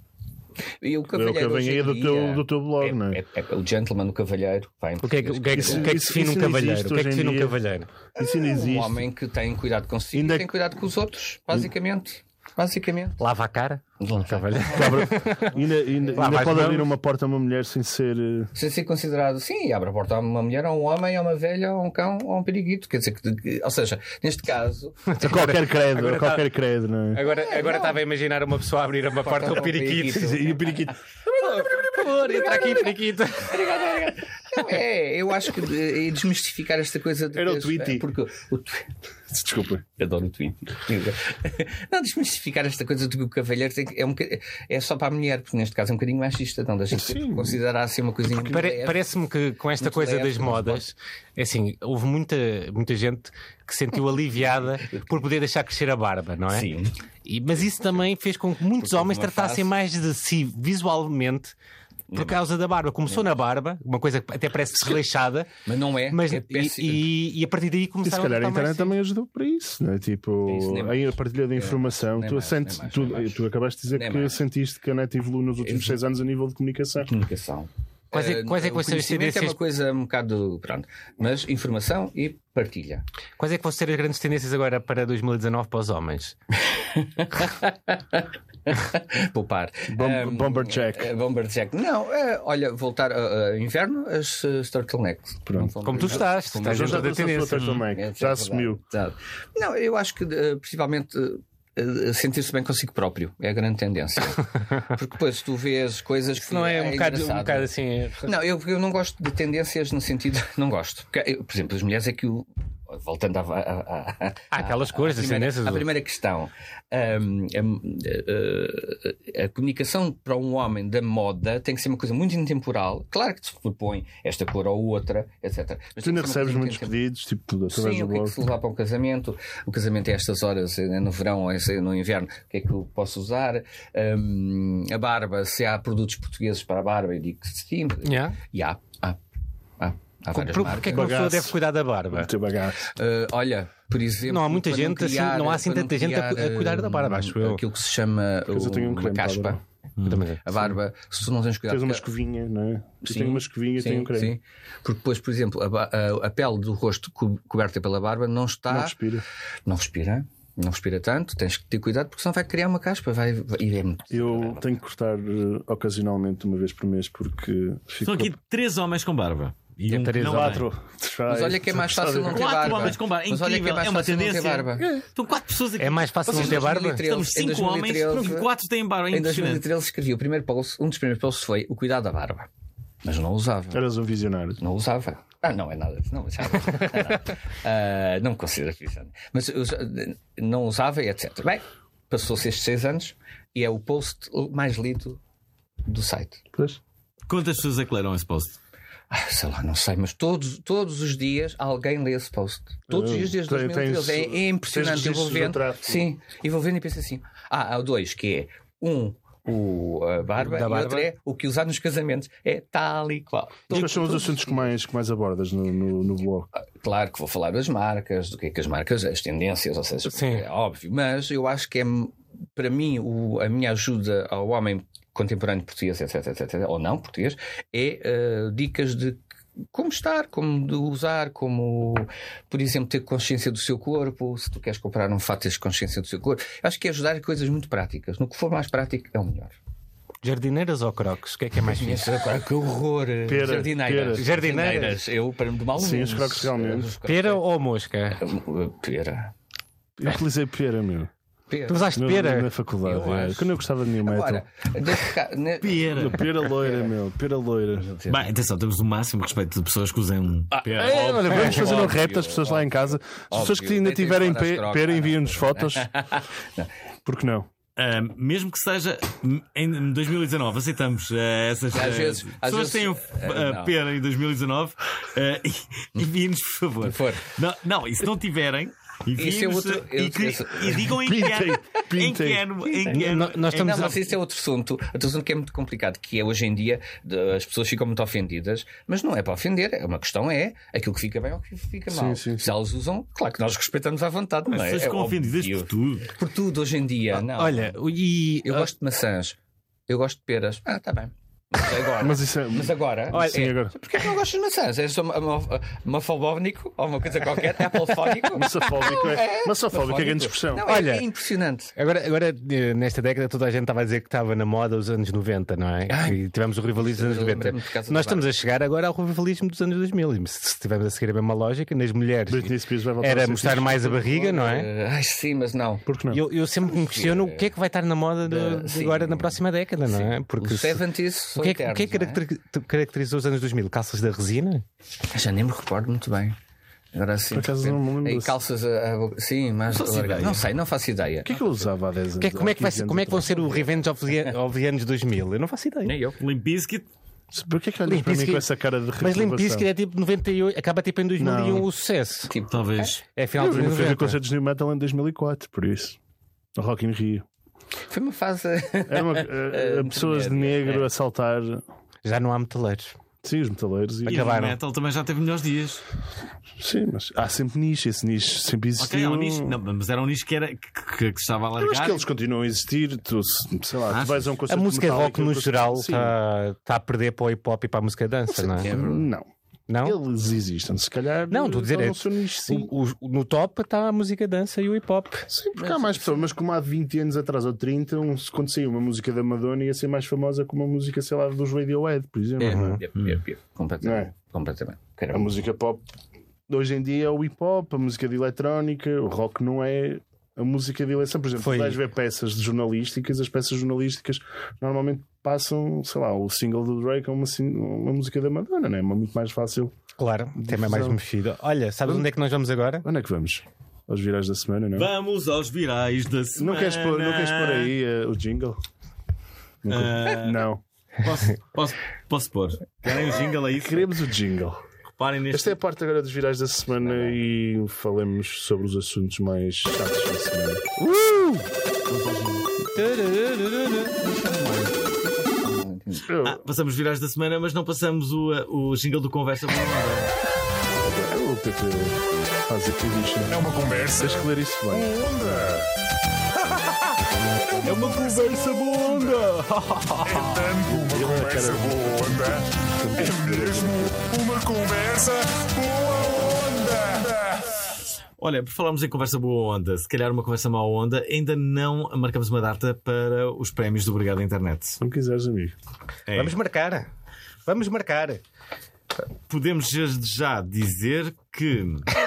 E o cavalheiro é o que vem aí do teu, do teu blog, é, não é? É, é o gentleman, o cavalheiro. Vai, o que é que, o que, é que, o que, é que define um cavalheiro? O que é que define um cavalheiro? Isso ainda existe. Um homem que tem cuidado consigo ainda... e tem cuidado com os outros, basicamente. Basicamente. Lava a cara? Lava cavalheiro. ainda ainda, ainda pode abrir uma porta a uma mulher sem ser. Sem ser considerado. Sim, abre a porta a uma mulher, a um homem, a uma velha, a um cão, a um periquito. Quer dizer, que, ou seja, neste caso. A qualquer credo, agora a qualquer tá... credo, não é? Agora, agora estava a imaginar uma pessoa a abrir uma porta ao periquito. E o periquito. Por favor, entra aqui, periquito. Obrigado, obrigado. Não, é, eu acho que é desmistificar esta coisa de. Era o Tweety. Porque o Desculpa. Adoro o Tweety. Não, desmistificar esta coisa de que o cavalheiro tem que, é, um, é só para a mulher, porque neste caso é um bocadinho machista. Então, deixa de considerar assim uma coisinha. Pare, Parece-me que com esta coisa leve, das modas, é assim, houve muita, muita gente que se sentiu aliviada por poder deixar crescer a barba, não é? Sim. E, mas isso também fez com que muitos porque homens tratassem fase... mais de si visualmente. Por causa da barba. Começou na barba, uma coisa que até parece desleixada. Mas não é. Mas, é e, e, e a partir daí começaram a. E se calhar a, a internet também ajudou para isso, não é? Tipo, aí a partilha de informação. Tu, mais, sentes, mais, tu, tu acabaste de dizer nem que mais. Sentiste que a net evoluiu nos últimos seis anos a nível de comunicação. Comunicação. Quais é, quais é que vão ser as tendências? É uma coisa um bocado. Pronto. Mas informação e partilha. Quais é que vão ser as grandes tendências agora para dois mil e dezanove para os homens? Poupar. Bom, um, Bomberjack. Uh, Bomberjack. Não, uh, olha, voltar a uh, uh, inverno, as uh, turtlenecks. Pronto. Como tu estás, como estás já da tendência. Hum, já assumiu. Não, eu acho que uh, principalmente. Uh, sentir-se bem consigo próprio é a grande tendência. Porque depois tu vês coisas que não é, é um, bocado, um bocado assim. Não, eu, eu não gosto de tendências no sentido. Não gosto. Porque, eu, por exemplo, as mulheres é que o. Voltando à, à, à, ah, aquelas coisas, à primeira, assim, à primeira questão, um, a, a, a comunicação para um homem da moda tem que ser uma coisa muito intemporal. Claro que se propõe esta cor ou outra, etcétera. Mas tu ainda recebes muitos pedidos, tipo, através Sim, do o que é que se levar para um casamento? O casamento é estas horas, é no verão ou é no inverno, o que é que eu posso usar? Um, a barba, se há produtos portugueses para a barba, eu digo que sim. Yeah. E há, há, há. Há várias Por, porque é que uma pessoa deve cuidar da barba? Uh, olha, por exemplo, não há muita gente criar, assim, não há assim tanta gente a, a cuidar da barba, acho eu. Aquilo que se chama o, eu tenho um uma caspa. Hum. A barba, sim. Se tu não tens cuidado. Tens uma escovinha, não é? Tu tens uma escovinha e tens um creme. Sim. Porque depois, por exemplo, a, a, a pele do rosto co coberta pela barba não está. Não respira. Não respira. Não respira tanto, tens que ter cuidado porque senão vai criar uma caspa. Vai, vai, é muito eu tenho que cortar uh, ocasionalmente uma vez por mês porque. Estão aqui três homens com barba. E um três, quatro. Mas olha que é mais fácil não ter barba. Quatro homens com barba. Mas olha que é mais é uma fácil tendência. Não ter barba. É. Estão quatro pessoas aqui. É mais fácil não ter barba. Estamos cinco homens e quatro têm barba. É em dois mil e treze escrevi o primeiro post. Um dos primeiros posts foi o cuidado da barba. Mas não usava. Eras um visionário. Não usava. Ah, não é nada. Não, já, não, uh, não me considero visionário. Mas eu não usava e etcétera. Bem, passou-se estes seis anos e é o post mais lido do site. Pois. Quantas pessoas é que leram esse post? Ah, sei lá, não sei, mas todos, todos os dias alguém lê esse post. Todos os dias desde dois mil e treze. É, é impressionante. Eu vou vendo. Sim, e vou vendo e penso assim: ah, há dois, que é um. O a barba, da e barba. Outro é o que usar nos casamentos é tal e qual. Mas quais são os assuntos que mais, que mais abordas no, no, no blog? Claro que vou falar das marcas, do que é que as marcas, as tendências, ou seja, Sim. é óbvio, mas eu acho que é para mim o, a minha ajuda ao homem contemporâneo português, etc, etc, ou não português, é uh, dicas de como estar, como de usar, como, por exemplo, ter consciência do seu corpo. Se tu queres comprar um fato, teres consciência do seu corpo. Acho que é ajudar em coisas muito práticas. No que for mais prático, é o melhor. Jardineiras ou crocs? O que é que é mais fixe? Que horror! Pera, Jardineiras. Pera. Jardineiras. Eu, para me do mal Sim, os crocs realmente. Pera ou mosca? Pera. Eu utilizei pera, meu. Pera. Tu usaste No, pera? na faculdade, Eu é. acho. Quando eu gostava de new metal. Agora, cá, ne... Pera. Pera loira, meu. Pera loira. Bem, atenção, temos o máximo respeito de pessoas que usam pera. É, olha, vamos fazer um óbvio, repto às pessoas lá em casa. As óbvio. pessoas que ainda Deitem tiverem fora as pe- crocs. pera, enviam-nos fotos. Porque não? Uh, mesmo que seja em dois mil e dezanove, aceitamos uh, essas Às uh, vezes- às pessoas que vezes- têm uh, uh, não. pera em dois mil e dezanove. Uh, enviem-nos, por favor. For. Não, não, e se não tiverem, Isso é enviem-nos outro- e, eu- que- esse- e digam em que ano. Pintem, Em que pintem. ano? Em que ano? Nós- nós estamos Não, a- mas isso é outro assunto. Outro assunto que é muito complicado, que é hoje em dia de- as pessoas ficam muito ofendidas, mas não é para ofender. É uma questão é aquilo que fica bem ou que fica mal. sim, sim. Se elas usam, claro que nós respeitamos à vontade, não As é? pessoas É ficam ofendidas óbvio. por tudo. Por tudo hoje em dia. Não. Olha, e Eu gosto de maçãs. Eu gosto de peras. Ah, está bem. Mas agora. Mas isso é- Mas agora. Olha, sim, é, agora. Porquê que não gostas de maçãs? És mafobónico ou uma coisa qualquer? Apple-fónico? Maçafóbico é. É, Maçafóbico é grande expressão. Não, é- Olha. é impressionante. agora, agora, eh, nesta década, toda a gente estava a dizer que estava na moda os anos noventa, não é? Ai. E tivemos o revivalismo dos anos Eu noventa. lembrei-me por causa Nós do estamos a chegar agora ao revivalismo dos anos dois mil. E se estivermos a seguir a mesma lógica, nas mulheres Britney Spears vai voltar a era ser mostrar fixe. mais a barriga, não é? Eh, Ai, sim, mas não. Por que não? Eu, eu sempre me questiono o que é que vai estar na moda de, de Sim. agora na próxima década, não é? Porque Os se- seventies o são que é, que- o que é que eternos, não é? caracteri- caracterizou os anos dois mil? Calças da resina? Já nem me recordo muito bem. Agora sim. Por acaso não me lembro Aí disso. calças a, a- sim, mais faço largas. ideia. Não sei, não faço ideia. O que é que eu usava há dez anos? Que é- como, é que vai há ser- quinze como é que vão anos ser o Revenge of the, of the anos dois mil? Eu não faço ideia. Nem eu. Limp Bizkit. atrás? Porquê que olhas Limp para mim Bizkit- com essa cara de Mas reprovação? Limp Bizkit é tipo noventa e oito, acaba tipo em dois mil e um Não. o sucesso. Tipo, Talvez. É final Eu de fui ver noventa. concertos de New Metal em dois mil e quatro, por isso. No Rock in Rio. foi uma fase. Era uma, eh, pessoas de negro a saltar. Já não há metaleiros. Sim, os metaleiros. E... E o metal também já teve melhores dias. Sim, mas há sempre nicho. Esse nicho sempre existiu. Ok, há um nicho. Não, mas era um nicho que, era, que, que, que estava a largar. Eu acho que eles continuam a existir. Tu, sei lá, ah, tu vais a um concerto. A música rock, no geral, está tá a perder para o hip hop e para a música dança, não é? Não. Não? Eles existem, se calhar. Não, estou a dizer, é, nicho, sim. O, o, no top está a música dança e o hip hop. Sim, porque há mais pessoas, mas como há vinte anos atrás ou trinta, um, quando saiu uma música da Madonna ia ser mais famosa que uma música, sei lá, dos Radiohead, por exemplo. É, não é? é, é, é, completamente. É? completamente. A música pop hoje em dia é o hip hop, a música de eletrónica, o rock não é. A música de eleição, por exemplo, Foi... vais ver peças de jornalísticas, as peças jornalísticas normalmente passam, sei lá, o single do Drake é uma, uma música da Madonna, não é? Muito mais fácil. Claro, o tema é mais mexido. Olha, sabes onde é que nós vamos agora? Onde é que vamos? Aos virais da semana, não? Vamos aos virais da semana. Não queres pôr, não queres pôr aí uh, o jingle? Uh... Não. Posso, posso, posso pôr? Querem o jingle aí? Queremos o jingle. Neste... Esta é a parte agora dos virais da semana e falemos sobre os assuntos mais chatos da semana. Uh! Ah, passamos virais da semana, mas não passamos o, o jingle do Conversa Boa Onda. O P P faz aqui disto. É uma conversa. Deixa ler isso bem. Onda! É uma conversa boa onda! É tanto uma conversa boa onda! É mesmo uma conversa boa onda! Olha, por falarmos em conversa boa onda, se calhar uma conversa má onda, ainda não marcamos uma data para os prémios do Obrigado à Internet. Se não quiseres, amigo. É. Vamos marcar. Vamos marcar. Podemos já dizer que...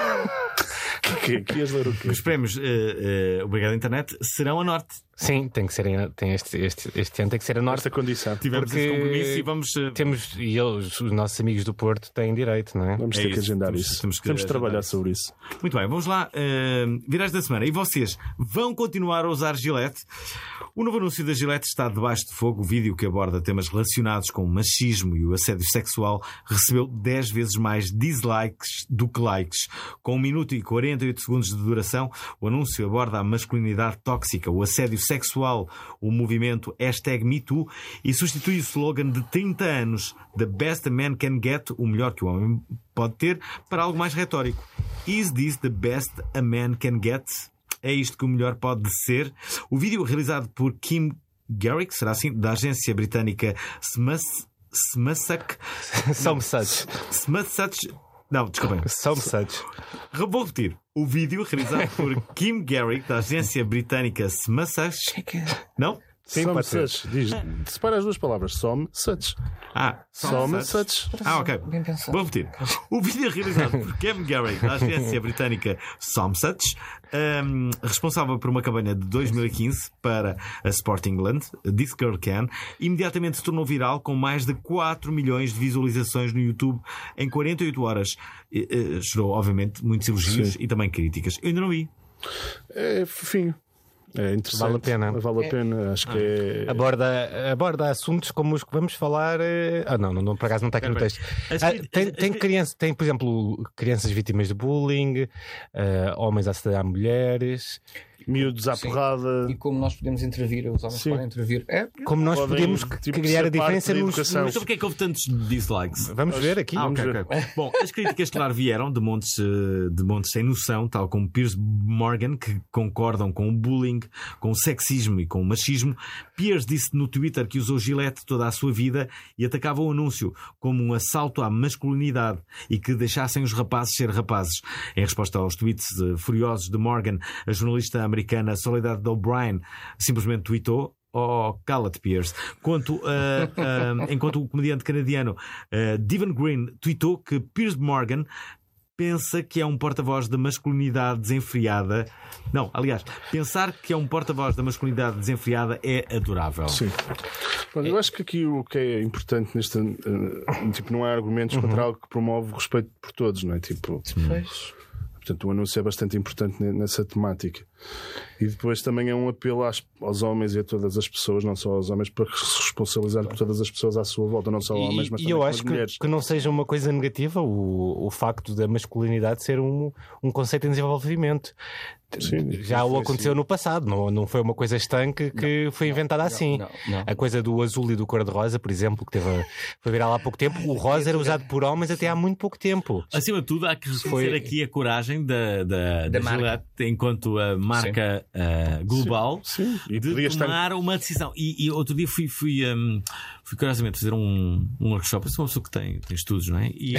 que, que ias ler o quê? Os prémios uh, uh, Obrigado à Internet serão a norte. Sim, tem que ser em, tem este, este, este ano tem que ser a norte. Esta condição. Tivemos esse compromisso e vamos. Uh... Temos, e eles, os nossos amigos do Porto, têm direito, não é? Vamos é ter isso. que agendar temos, isso. Temos que temos agendar trabalhar isso. sobre isso. Muito bem, vamos lá. Uh, virais da semana. E vocês vão continuar a usar Gillette? O novo anúncio da Gillette está debaixo de fogo. O vídeo que aborda temas relacionados com o machismo e o assédio sexual recebeu dez vezes mais dislikes do que likes. Com um minuto e quarenta e oito segundos de duração, o anúncio aborda a masculinidade tóxica, o assédio sexual, o movimento hashtag MeToo e substitui o slogan de trinta anos The best a man can get, o melhor que o homem pode ter, para algo mais retórico. Is this the best a man can get? É isto que o melhor pode ser? O vídeo realizado por Kim Garrick, será assim, da agência britânica Smussuck. Smussuck. Smussuck. Não, desculpem. Smussuck. Vou repetir. O vídeo realizado por Kim Garrick, da agência britânica Smussuck. Não? Sim, pode ser. Diz, separa as duas palavras. Some such. Ah, some such. Ah, ok. Vou repetir. O vídeo realizado por Kim Garrick, da agência britânica Somsuch, um, responsável por uma campanha de dois mil e quinze para a Sport England, This Girl Can, imediatamente se tornou viral com mais de quatro milhões de visualizações no YouTube em quarenta e oito horas. Uh, gerou, obviamente, muitos elogios Sim. e também críticas. Eu ainda não vi. É fofinho. É interessante. Vale a pena. Vale a pena. Acho que é... aborda, aborda assuntos como os que vamos falar. Ah, não, não, não por acaso não está aqui no texto. Ah, tem, tem, criança, tem, por exemplo, crianças vítimas de bullying, uh, homens a aceder a mulheres. Miúdos à porrada. E como nós podemos intervir, os homens Sim. podem intervir. É. Como nós podem, podemos tipo, criar a diferença nos. Mas então porquê é que houve tantos dislikes? Vamos ver aqui. Ah, vamos okay, ver. Okay. Bom, as críticas, claro, vieram de montes, de montes sem noção, tal como Piers Morgan, que concordam com o bullying, com o sexismo e com o machismo. Piers disse no Twitter que usou Gillette toda a sua vida e atacava o anúncio como um assalto à masculinidade e que deixassem os rapazes ser rapazes. Em resposta aos tweets uh, furiosos de Morgan, a jornalista americana Soledad O'Brien simplesmente tweetou: oh, cala-te, Piers. Quanto, uh, uh, enquanto o comediante canadiano uh, Devon Green tweetou que Piers Morgan pensa que é um porta-voz da masculinidade desenfreada. Não, aliás, pensar que é um porta-voz da masculinidade desenfreada é adorável. Sim. Bom, eu acho que aqui o que é importante neste uh, tipo, não há argumentos uhum. contra algo que promove o respeito por todos, não é? Tipo, pois. Portanto, o anúncio é bastante importante nessa temática. E depois também é um apelo às, aos homens e a todas as pessoas, não só aos homens, para se responsabilizar por todas as pessoas à sua volta, não só homens, mas e, também e eu com acho as que, mulheres. que não seja uma coisa negativa o, o facto da masculinidade ser um, um conceito em desenvolvimento. Sim, já o aconteceu assim. no passado, não, não foi uma coisa estanque que não, foi inventada não, assim. não, não. A coisa do azul e do cor-de-rosa, por exemplo, que teve a, foi viral há pouco tempo, o rosa era usado por homens até há muito pouco tempo. Acima de tudo, há que reconhecer Foi- aqui a coragem da, da, da, Da marca. Gillette, enquanto a marca uh, global, Sim, e de podia estar- tomar uma decisão. E, e outro dia fui, fui, um, fui curiosamente fazer um, um workshop. Eu sou uma pessoa que tem, tem estudos, não é? E, uh,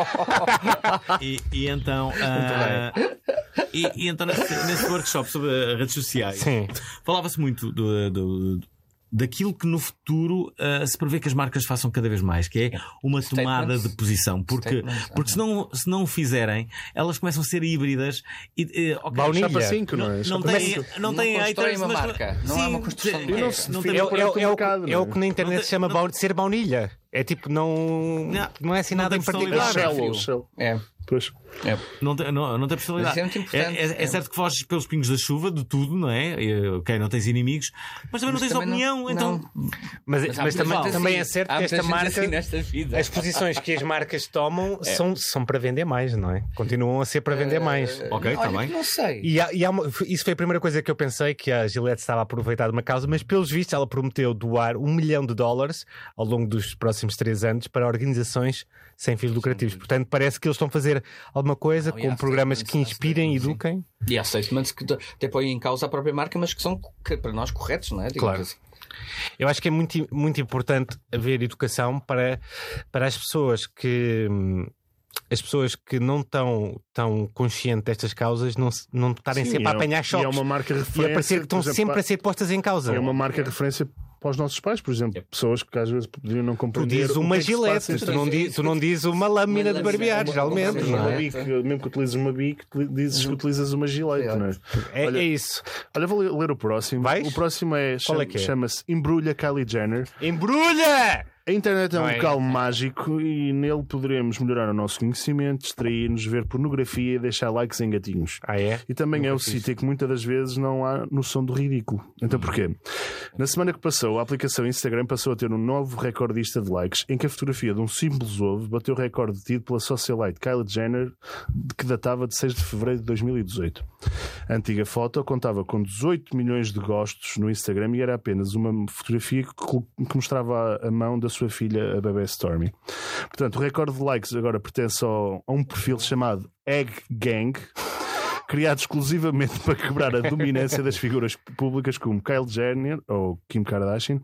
e, e então. Uh, e, e então, nesse, nesse workshop sobre as redes sociais, Sim. falava-se muito do, do, daquilo que no futuro uh, se prevê que as marcas façam cada vez mais, que é uma tomada Statements. de posição. Porque, Statements, porque se, não, se não o fizerem, elas começam a ser híbridas e, uh, okay, Baunilha. Chapa cinco, não é? não Chapa tem, cinco. não Não tem constroem haters, uma mas- marca. Não há uma construção de é, marca. não Não tem se É, o- define é, o- por é, o- mercado, é o não é? que na internet Não se chama tem- baun- ser baunilha. É tipo, não, Não. não é assim Não nada tem em particular. personalidade. Shell, ou Shell. É. Pois. É. Não tem, não, não tem personalidade. Mas isso é muito importante. É, é- é É. certo que foges pelos pingos da chuva, de tudo, não é? E, ok, não tens inimigos, mas também não Mas tens também não- opinião. então, não. Mas, Mas há mas muita também, gente também é assim. certo Há que muita esta gente marca, assim nesta vida. as posições que as marcas tomam são, são para vender mais, não é? Continuam a ser para vender mais. ok, está Olha, bem. que não sei. E, há- e há uma- isso foi a primeira coisa que eu pensei, que a Gillette estava a aproveitar de uma causa, mas pelos vistos ela prometeu doar um milhão de dólares ao longo dos próximos três anos para organizações sem fins lucrativos. Portanto, parece que eles estão a fazer alguma coisa Não, e com há programas que statements, há inspirem e statements, eduquem. E há statements que até põem em causa a própria marca, mas que são que, para nós corretos, não é? Digamos Claro. assim. Eu acho que é muito, muito importante haver educação para, para as pessoas que. hum, As pessoas que não estão tão conscientes destas causas não, se- não estarem Sim, sempre a é- apanhar e choques. é uma marca E referência, a parecer que estão por exemplo, sempre pá, a ser postas em causa. É uma marca referência para os nossos pais, por exemplo. Pessoas que às vezes podiam não Tu compreender. dizes o que uma é que se gilete, passa em tu não, di- tu não dizes uma lâmina de barbear, geralmente, Sim, não uma é? bic, mesmo que utilizes uma bic, dizes que utilizas uma gilete, não é? É, Olha, é isso. Olha, vou ler, ler o próximo. Vais? O próximo é, Qual é chama- que é? chama-se Embrulha Kylie Jenner. Embrulha! A internet é um Não é? local mágico e nele poderemos melhorar o nosso conhecimento, distrair-nos, ver pornografia e deixar likes em gatinhos. Ah, é? E também é o fiz. sítio em que muitas das vezes não há noção do ridículo. Então porquê? Na semana que passou, a aplicação Instagram passou a ter um novo recordista de likes, em que a fotografia de um simples ovo bateu o recorde tido pela socialite Kylie Jenner, que datava de seis de fevereiro de dois mil e dezoito. A antiga foto contava com dezoito milhões de gostos no Instagram e era apenas uma fotografia que, col- que mostrava a, a mão da sua filha, a bebé Stormy. Portanto, o recorde de likes agora pertence ao, a um perfil chamado Egg Gang, criado exclusivamente para quebrar a dominância das figuras públicas como Kylie Jenner ou Kim Kardashian.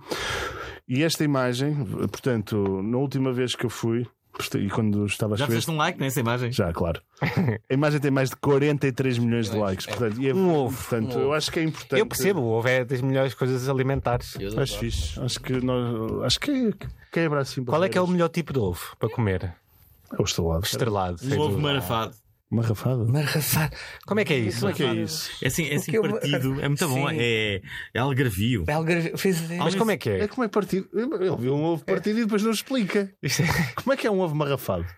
E esta imagem, portanto, na última vez que eu fui, e quando estava a Já escrever. fizeste um like nessa imagem? Já, claro. A imagem tem mais de quarenta e três milhões de likes. Portanto, e é, Um ovo. portanto Um eu ovo. acho que é importante. Eu percebo, o ovo é das melhores coisas alimentares. Acho fixe. Acho que nós. Acho que é, quebra assim. Qual é que é o barreiras. melhor tipo de ovo para comer? É o estrelado. Estrelado. sem Um ovo dúvida. marafado. Uma rafada. Marrafado. Como é que é isso? Como é que é isso? É assim, é assim que eu- partido. É muito bom. Sim. É, é algarvio. Belgra- fez- Mas como é que É é? como é partido. Ele viu um ovo partido e depois não explica. Isto é- Como é que é um ovo marrafado?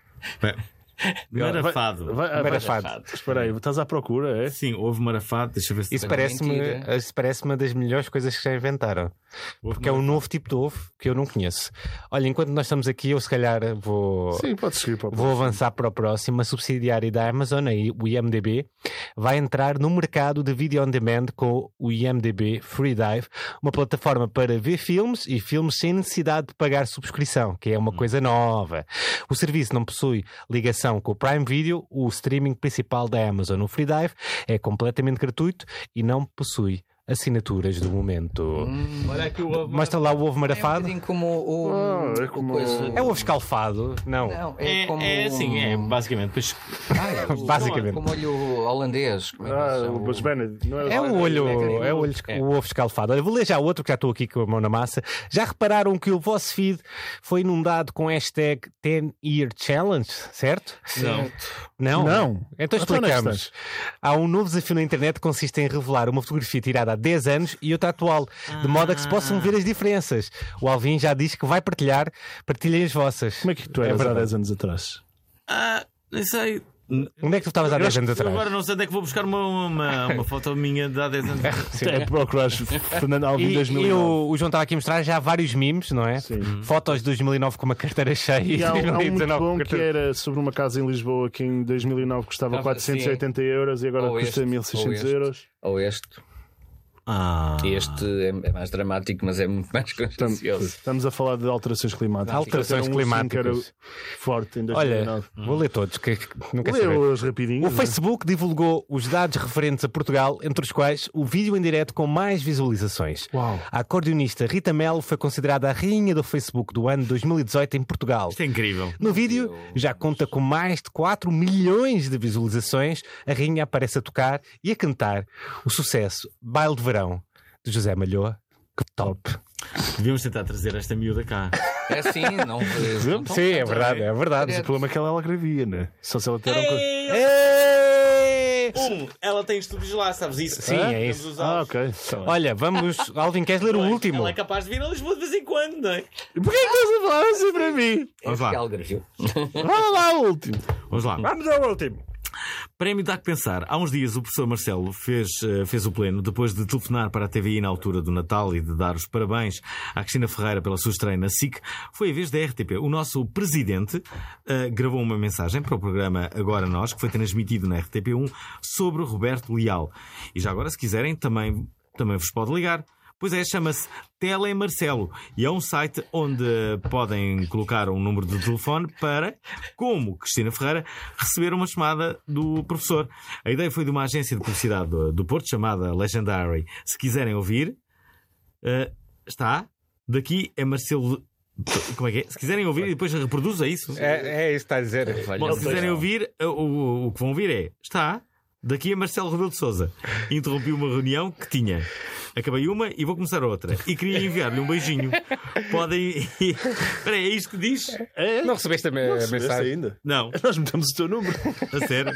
Marafado. Vai, vai, Marafado. vai- Espera aí, estás à procura, é? Sim, ovo marafado. Deixa eu ver se Isso tem. parece-me mentira. isso parece uma das melhores coisas que já inventaram. Ovo Porque é um novo tipo de ovo que eu não conheço. Olha, enquanto nós estamos aqui, eu se calhar vou, Sim, podes seguir para o vou avançar para o próximo. A subsidiária da Amazon, aí, o I M D B, vai entrar no mercado de vídeo on demand com o I M D B Free Dive, uma plataforma para ver filmes e filmes sem necessidade de pagar subscrição, que é uma coisa nova. O serviço não possui ligação com o Prime Video, o streaming principal da Amazon. O Free Dive é completamente gratuito e não possui assinaturas do momento. Olha aqui o ovo. Mostra lá o ovo É um marafado. bocadinho como o. Ah, é o como- coisa- É o ovo escalfado? Não. Não, é, É, como. é assim, é basicamente. Pois, Ah, é o- Basicamente. Como olho holandês. Como é que Ah, se chama? o Buzz Benedict. Não É o olho, é o, olho, É. o ovo escalfado. Olha, vou ler já outro que já estou aqui com a mão na massa. Já repararam que o vosso feed foi inundado com hashtag ten year challenge, certo? não. Não? Não. Então Então onde é que explicamos. Há um novo desafio na internet que consiste em revelar uma fotografia tirada há dez anos e outra atual, de modo a que se possam ver as diferenças. O Alvin já diz que vai partilhar, partilhem as vossas. Como é que tu É eras há verdade. dez anos atrás? Ah, nem sei. Onde é que tu estavas há dez anos atrás? Agora não sei onde é que vou buscar uma, uma, uma foto minha de há dez anos atrás. É procurar Fernando Alvim E, dois mil e e nove. o, o João estava aqui a mostrar já vários memes, não é? Sim. Fotos de dois mil e nove com uma carteira cheia E há, há um muito dois mil e dezanove bom com que carteira- era sobre uma casa em Lisboa que em dois mil e nove custava Ah, quatrocentos e oitenta euros e agora Ou custa este, mil e seiscentos ou este. euros. Ou este. Ah. Este é, é mais dramático, mas é muito mais Estamos, consciencioso. estamos a falar de alterações climáticas. Alterações Era um ursinho que era climáticas. forte em dois mil e Olha, nove. vou ler todos, que, que não quero saber. Leu-os rapidinho. O Facebook divulgou os dados referentes a Portugal, entre os quais o vídeo em direto com mais visualizações. Uau. A acordeonista Rita Melo foi considerada a rainha do Facebook do ano dois mil e dezoito em Portugal. Isto é incrível. No vídeo, já conta com mais de quatro milhões de visualizações. A rainha aparece a tocar e a cantar o sucesso Baile de Verão de José Malhoa. Que top! Devíamos tentar trazer esta miúda cá. É assim, não. não Sim, é verdade, é verdade. Mas o problema é que ela, ela gravia, né? Só se ela ter um. co- Ei! Um, ela tem estúdios lá, sabes isso? Sim, Hã? é Temos isso. os Ah, áudios. ok. Tá bem. Olha, vamos. Alvin, queres ler o último? Ela é capaz de vir a Lisboa de vez em quando, não é? Porquê que estás a falar assim para mim? Vamos lá. Ela gravou. Vamos lá, o último. Vamos lá. Vamos ao último. Prémio dá que pensar. Há uns dias o professor Marcelo fez, eh, fez o pleno depois de telefonar para a T V I na altura do Natal e de dar os parabéns à Cristina Ferreira pela sua estreia na S I C. Foi a vez da R T P. O nosso presidente eh, gravou uma mensagem para o programa Agora Nós, que foi transmitido na R T P um, sobre Roberto Leal. E já agora, se quiserem, também, também vos pode ligar. Pois é, chama-se Telemarcelo e é um site onde podem colocar um número de telefone para, como Cristina Ferreira, receber uma chamada do professor. A ideia foi de uma agência de publicidade do, do Porto chamada Legendary. Se quiserem ouvir, uh, está. Daqui é Marcelo. Como é que é? Se quiserem ouvir e depois reproduz, é isso? É, é isso que está a dizer. Bom, se quiserem ouvir, o, o, o que vão ouvir é: está. Daqui a Marcelo Rebelo de Sousa. Interrompi uma reunião que tinha. Acabei uma e vou começar outra. E queria enviar-lhe um beijinho. Podem. Espera aí, é isto que diz? É? Não recebeste a, me- Não a recebeste mensagem? ainda. Não, Nós metemos o teu número. a sério.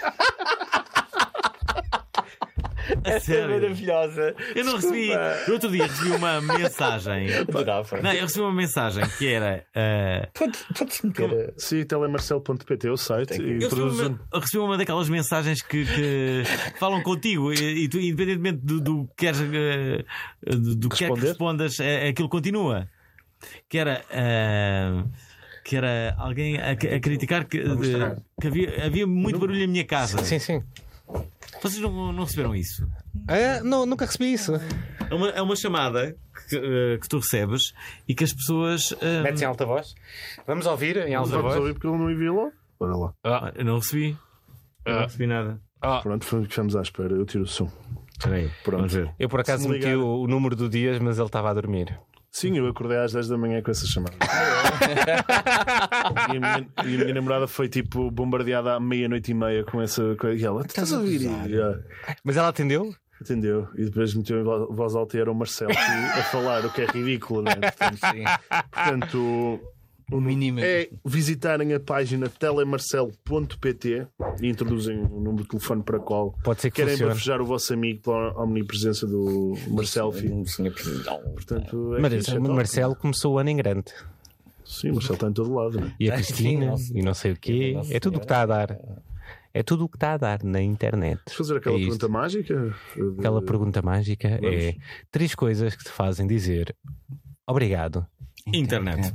A É sério. maravilhosa. Eu não recebi. No outro dia recebi uma mensagem. Adorava. Não, eu recebi uma mensagem que era. ah, Pode- Pode-se meter. Sim, telemarcelo ponto pt é o site. E Eu recebi produz um- uma, eu recebi uma daquelas mensagens que, que falam contigo e, e tu, independentemente do, do que queres, eh, do, do que quer que Responder? respondas, eh, aquilo continua. Que era. ah, que era alguém a, a criticar que, de- que havia, havia muito barulho na minha casa. Sim, sim. Vocês não, não receberam isso? Ah, não, nunca recebi isso. É uma, é uma chamada que, eh, que tu recebes e que as pessoas. ah, Metes em alta voz. Vamos ouvir em alta Vamos voz. ouvir porque ele não enviou logo. Bora lá. ah, eu não recebi. Eu não recebi nada. Pronto, ficamos à espera. Eu tiro o som. Espera aí, Pronto. vamos ver. Eu por acaso Se me meti ligar- o, o número do Dias, mas ele estava a dormir. Sim, eu acordei às dez da manhã com essa chamada. e, a minha, e a minha namorada foi tipo bombardeada à meia-noite e meia com essa coisa. E ela, estás a ouvir? E, ah, Mas ela atendeu? Atendeu. E depois meteu em vo- voz alta e era o Marcelo que- a falar, o que é ridículo, né? Portanto, Sim. portanto O mínimo. é visitarem a página telemarcelo ponto pt e introduzem o número de telefone para qual Pode ser que querem funcione. bafejar o vosso amigo pela omnipresença do Marcelo. Um senhor presidente. Portanto, é Mas fixe, é o top. Marcelo começou o ano em grande. Sim, o Marcelo está em todo lado, né? E a Ah, Cristina, sim, e não sei o quê. Nossa É tudo o que está a dar. É tudo o que está a dar na internet. Vamos fazer aquela É isto. pergunta mágica? Aquela pergunta mágica Vamos. é três coisas que te fazem dizer obrigado. Internet.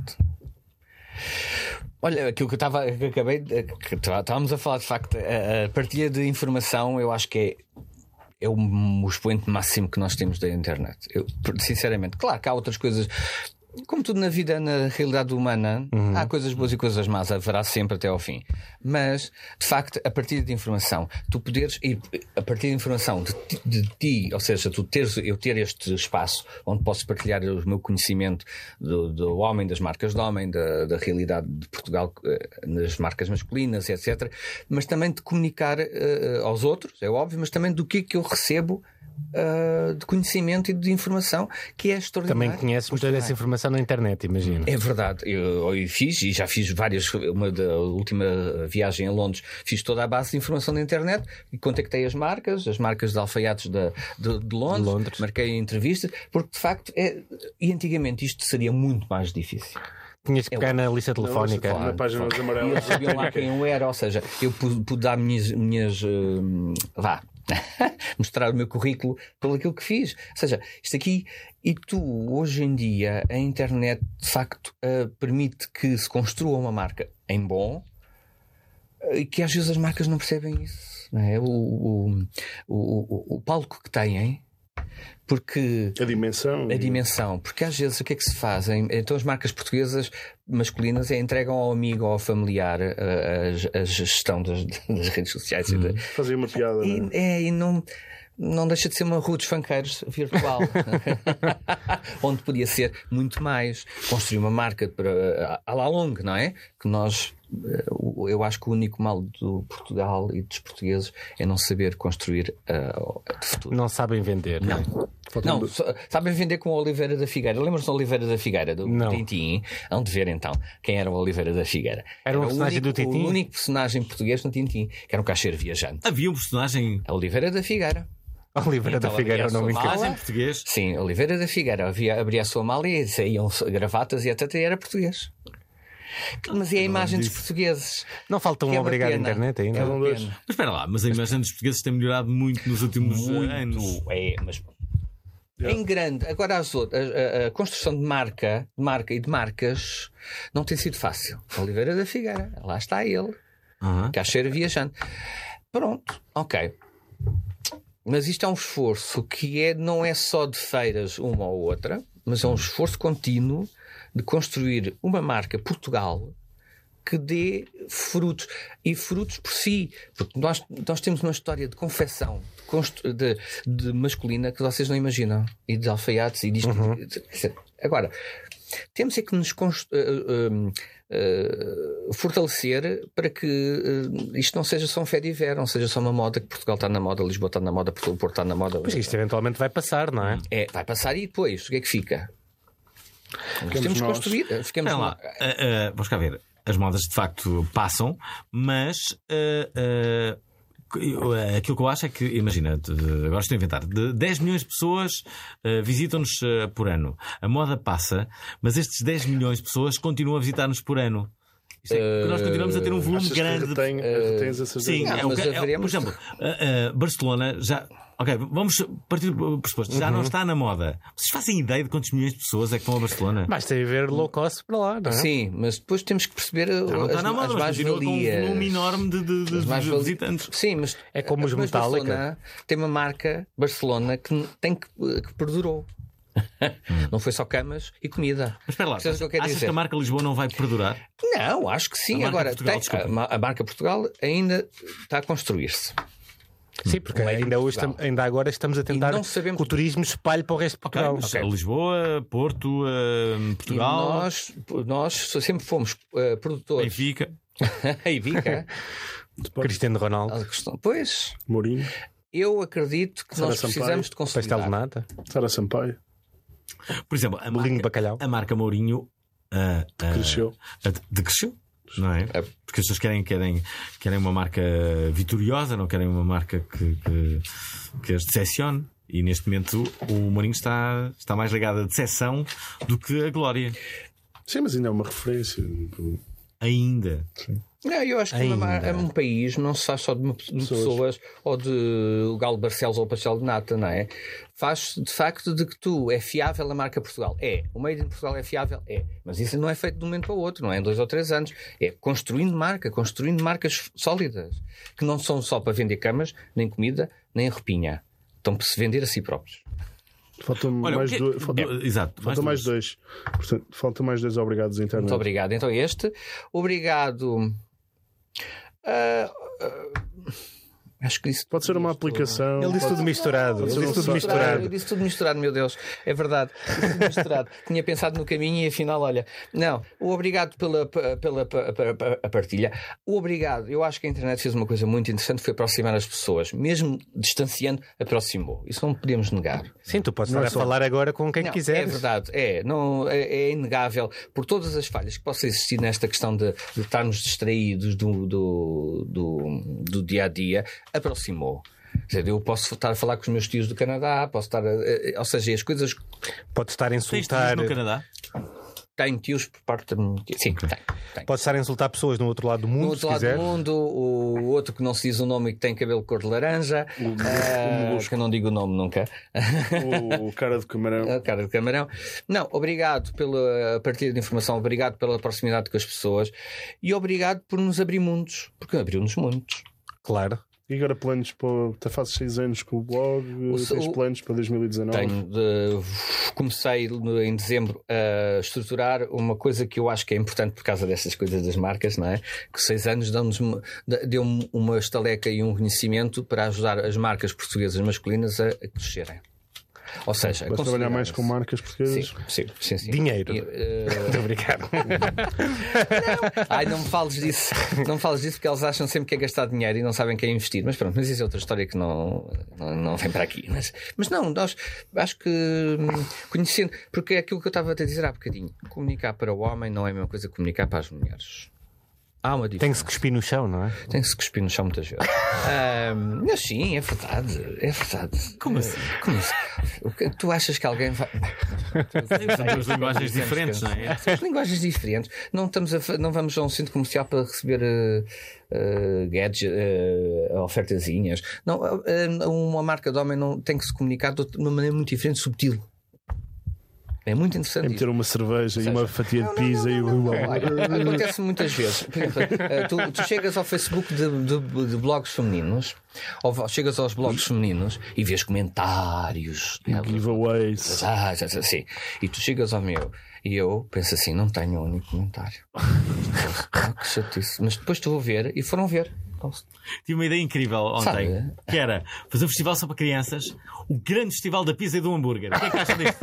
Olha, aquilo que eu estava, que acabei, de- que estávamos a falar de facto, a, a partilha de informação, eu acho que é, é o, o expoente máximo que nós temos da internet. Eu, sinceramente, claro que há outras coisas. Como tudo na vida, na realidade humana, Uhum. há coisas boas e coisas más, haverá sempre até ao fim. Mas, de facto, a partir de informação, tu poderes ir a partir de informação de ti, de ti, ou seja, tu teres, eu ter este espaço onde posso partilhar o meu conhecimento do, do homem, das marcas de homem, da, da realidade de Portugal, eh, nas marcas masculinas, etcétera. Mas também de comunicar eh, aos outros, é óbvio, mas também do que é que eu recebo Uh, de conhecimento e de informação, que é extraordinário. Também conheces muita dessa informação na internet, imagino. É verdade, eu, eu fiz e já fiz várias. Uma da última viagem a Londres, fiz toda a base de informação da internet e contactei as marcas, as marcas de alfaiates de, de, de, Londres, De Londres. marquei entrevistas, porque de facto é, e antigamente isto seria muito mais difícil. Tinhas que pegar na lista telefónica. Na página dos E amarelos. eles sabiam lá quem eu era, ou seja, eu pude, pude dar minhas, minhas uh, vá, mostrar o meu currículo pelo aquilo que fiz. Ou seja, isto aqui, e tu, hoje em dia, a internet de facto uh, permite que se construa uma marca em bom, uh, e que às vezes as marcas não percebem isso. Não é? o, o, o, o, o palco que têm. Porque A dimensão. a dimensão, porque às vezes o que é que se faz? Então as marcas portuguesas masculinas é entregam ao amigo ou ao familiar a, a, a gestão das, das redes sociais. Hum. E, Fazia uma piada. e, Né? é, e não, não deixa de ser uma rua dos funkeiros virtual. Onde podia ser muito mais. Construir uma marca para à la longue, não é? Que nós, eu acho que o único mal do Portugal e dos portugueses é não saber construir uh, de futuro. Não sabem vender. Não. Não, só- sabem vender com o Oliveira da Figueira. Lembras-te do Oliveira da Figueira, do Não. Tintim? Hão de ver então quem era o Oliveira da Figueira. Era um o personagem único, do Tintim? O único personagem português no Tintim, que era um caixeiro viajante. Havia um personagem A Oliveira da Figueira. Oliveira da Então, Figueira é o abria a nome sua incrível. mala. em português. Sim, Oliveira da Figueira. Havia, abria a sua mala e saíam gravatas e etcétera. E era português. Mas é a imagem dos portugueses. Não falta um Que é uma obrigado à pena. internet ainda. É uma dois. pena. Mas espera lá, mas a imagem dos portugueses tem melhorado muito nos últimos anos. Muito. É, mas em grande. Agora as outras, a, a- a construção de marca, de marca e de marcas não tem sido fácil. Oliveira da Figueira, lá está ele, Aham. caixeiro viajante. Pronto, ok. Mas isto é um esforço que é, não é só de feiras uma ou outra, mas é um esforço contínuo de construir uma marca Portugal que dê frutos. E frutos por si. Porque nós, nós temos uma história de confecção de, constru- de, de masculina que vocês não imaginam. E de alfaiates e disto. Agora, temos é que nos const- uh, uh, uh, fortalecer para que uh, isto não seja só um fé de ver, não seja só uma moda, que Portugal está na moda, Lisboa está na moda, Porto Porto está na moda. Mas isto eventualmente vai passar, não é? É, vai passar e depois, o que é que fica? Nós temos que nós. construir. Ficamos Espera lá, ah, ah, vamos cá ver. As modas de facto passam, mas ah, ah, eu- aquilo que eu acho é que, imagina, de- agora estou a inventar, de dez milhões de pessoas ah, visitam-nos ah, por ano. A moda passa, mas estes dez milhões de pessoas continuam a visitar-nos por ano. Isto é que nós continuamos a ter um volume Achas que grande. de- retém, retens essas Sim, dez é o mas que- é- haveremos- por exemplo, ah, ah, Barcelona já. Ok, vamos partir do pressuposto. Já não está na moda. Vocês fazem ideia de quantos milhões de pessoas é que vão a Barcelona? Basta ir ver low cost para lá, não é? Sim, mas depois temos que perceber Já não as, está na moda, as mas continua com um mais-valias. volume enorme de, de- de- As de mais-vali- visitantes. Sim, mas É como os mas Metallica. Barcelona tem uma marca Barcelona que tem que, que perdurou. Não foi só camas e comida. Mas espera lá, Percebes o que eu quero achas dizer? que a marca Lisboa não vai perdurar? Não, acho que sim. A marca Agora, Portugal, tem- desculpa. a, ma- a marca Portugal ainda está a construir-se. Sim, porque Não é em ainda, hoje, Portugal. tam- ainda agora estamos a tentar não sabemos- que o turismo espalhe para o resto de Ok, Portugal. mas Lisboa, Porto, eh, Portugal, E nós, nós sempre fomos eh, produtores. Benfica. E Vica. Cristiano Ronaldo, A questão- Pois, Mourinho, eu acredito que Sara nós Sampaio, precisamos de pastel de consolidar. nata, Sara Sampaio, Por exemplo, a bolinho de marca, bacalhau. a marca Mourinho ah, ah, cresceu. a de- decresceu, não é? Porque as pessoas querem, querem, querem uma marca vitoriosa, não querem uma marca que, que, que as decepcione. E neste momento o Mourinho está, está mais ligado à decepção do que à glória. Sim, mas ainda é uma referência. Ainda. Não, eu acho que Ainda. uma- um país não se faz só de, uma- de pessoas ou de o Galo Barcelos ou o pastel de nata, não é? Faz de facto de que tu é fiável a marca Portugal. É. O Made in Portugal é fiável? É. Mas isso não é feito de um momento para o outro, não é em dois ou três anos. É construindo marca, construindo marcas sólidas, que não são só para vender camas, nem comida, nem roupinha. Estão para se vender a si próprios. Faltam Olha, mais o que- dois. Faltam, do- Exato, faltam mais dois. Portanto, faltam mais dois obrigados à internet. Muito obrigado. Então este. Obrigado. Ah, ah, acho que disse Pode ser uma aplicação. Ele disse pode- tudo misturado. pode Ele ser disse um tudo só- misturado. Eu disse tudo misturado, meu Deus. É verdade. Disse tudo misturado. Tinha pensado no caminho e afinal, olha. Não, o obrigado pela, pela, pela, pela a partilha. O obrigado. Eu acho que a internet fez uma coisa muito interessante, foi aproximar as pessoas. Mesmo distanciando, aproximou. Isso não podemos negar. Sim, tu podes estar a falar agora com quem Não, quiseres. É verdade, é, não, é, é inegável por todas as falhas que possam existir nesta questão de, de estarmos distraídos do, do, do, do dia a dia, aproximou. Quer dizer, eu posso estar a falar com os meus tios do Canadá, posso estar a, a- ou seja, as coisas. Podes estar a Tens insultar. tios no Canadá? tenho tios por parte da minha tia. Sim, okay. tenho, tenho. Pode estar a insultar pessoas no outro lado do mundo. No outro lado quiser. do mundo, o outro que não se diz o nome e que tem cabelo cor de laranja, O, uh, o que eu não digo o nome nunca. O, o cara de camarão. A cara de camarão. Não, obrigado pela partilha de informação, obrigado pela proximidade com as pessoas e obrigado por nos abrir mundos, porque abriu-nos mundos. Claro. E agora planos para. Fazes seis anos com o blog, O, tens o, planos para dois mil e dezanove? Tenho de, comecei em dezembro a estruturar uma coisa que eu acho que é importante por causa dessas coisas das marcas, não é? Que seis anos dão-nos deu-me uma estaleca e um conhecimento para ajudar as marcas portuguesas masculinas a, a crescerem. Ou seja, vais trabalhar mais com marcas portuguesas? Sim, sim, sim, sim. Dinheiro. E, uh... Muito obrigado. Não. Ai, não me fales disso. Não me fales disso porque eles acham sempre que é gastar dinheiro e não sabem que é investir. Mas pronto, mas isso é outra história que não, não, não vem para aqui. Mas, mas não, nós acho que conhecendo, porque é aquilo que eu estava a te dizer há bocadinho. Comunicar para o homem não é a mesma coisa que comunicar para as mulheres. Há uma diferença. Tem que se cuspir no chão, não é? Tem que se cuspir no chão muitas vezes. um, mas sim, é verdade. É verdade. Como assim? Como assim? O que, tu achas que alguém vai. São duas linguagens diferentes, não é? São linguagens diferentes. Não, estamos a, não vamos a um centro comercial para receber uh, uh, gadgets, uh, ofertazinhas. Não, uh, uma marca de homem não, tem que se comunicar de uma maneira muito diferente, subtil. É muito interessante. É meter uma cerveja seja, e uma fatia não, de pizza não, não, e não, o. não. Olha, acontece muitas vezes. Por exemplo, tu, tu chegas ao Facebook de, de, de blogs femininos, ou chegas aos blogs femininos e vês comentários, giveaways. ah, já, já, sim. E tu chegas ao meu e eu penso assim: não tenho um único comentário. Ah, que chatice. Mas depois tu vou ver e foram ver. Tive uma ideia incrível ontem, Sabe? que era fazer um festival só para crianças, o grande festival da pizza e do hambúrguer. O que é que achas disso?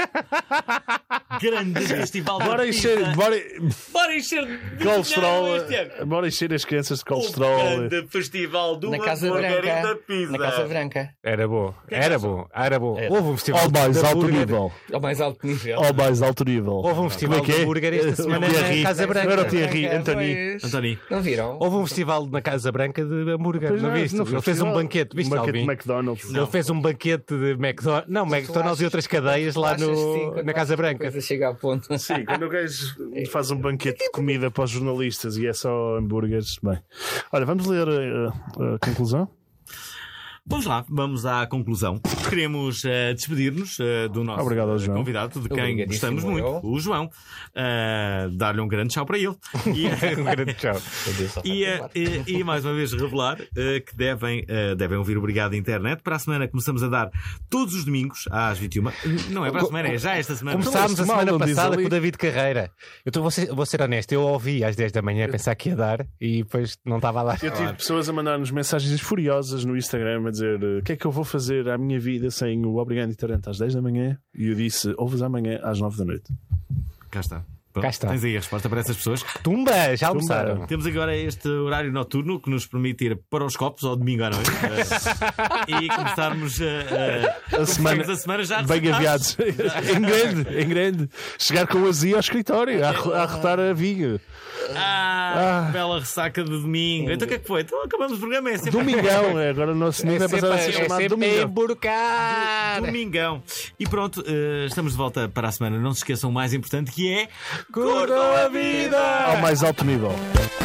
Grande festival Bora da encher, pizza. bora, Bora encher de colesterol, dinheiro este ano. bora encher as crianças de O colesterol. grande festival do Na Casa hambúrguer e da Branca. pizza. Na Casa Branca. Era bom. Era bom. Era bom. Era. Houve um festival Ao mais de alto hambúrguer. nível. Ao mais alto nível. Ao mais alto nível. Houve um festival Como é que de é? hambúrguer esta semana O na Thierry. Casa Era o Branca. Thierry, Anthony. Pois. António. Não viram? Houve um festival na Casa Branca de hambúrguer. Pois Não não, viste? não foi Ele fez um festival. banquete. Viste, Um banquete Alvin? de McDonald's. Ele fez um banquete de McDonald's. Não, McDonald's achas- e outras cadeias lá Achas que sim, no, quando na Casa a Branca. coisa chega a ponto. Sim, quando o gajo faz um banquete de comida para os jornalistas e é só hambúrgueres, bem. Olha, vamos ler a, a conclusão? Vamos lá, vamos à conclusão. Queremos uh, despedir-nos uh, do nosso Obrigado ao João. convidado, de quem Obrigadíssimo, gostamos muito, eu. o João. Uh, dar-lhe um grande tchau para ele. E, Um grande tchau. e, uh, e, e mais uma vez revelar uh, que devem, uh, devem ouvir o Obrigado Internet. Para a semana começamos a dar todos os domingos às vinte e uma. Não é para a semana, é já esta semana. Começámos a Mal, semana não diz passada ali. com o David Carreira. Eu tô, vou, ser, vou ser honesto, eu ouvi às dez da manhã a pensar que ia dar e depois não estava lá. Eu tive pessoas a mandar-nos mensagens furiosas no Instagram a dizer o que é que eu vou fazer à minha vida sem o Obrigado Internet às dez da manhã. E eu disse, ouves amanhã às nove da noite. Cá está. Pronto, Cá está. Tens aí a resposta para essas pessoas. Tumba, já almoçaram. Temos agora este horário noturno que nos permite ir para os copos ao domingo à noite uh, e começarmos uh, uh, A semana, a semana já bem ressacados. aviados. em grande, em grande. Chegar com o azia ao escritório, a, a arrotar a viga. Ah, Ah. bela ressaca de domingo. Então o que é que foi? Então acabamos o programa. É sempre Domingão, é, agora o nosso nível é passar a ser é chamado sempre Domingão. emburcar. Domingão. E pronto, uh, estamos de volta para a semana. Não se esqueçam o mais importante que é. Curtam a vida! Ao mais alto nível.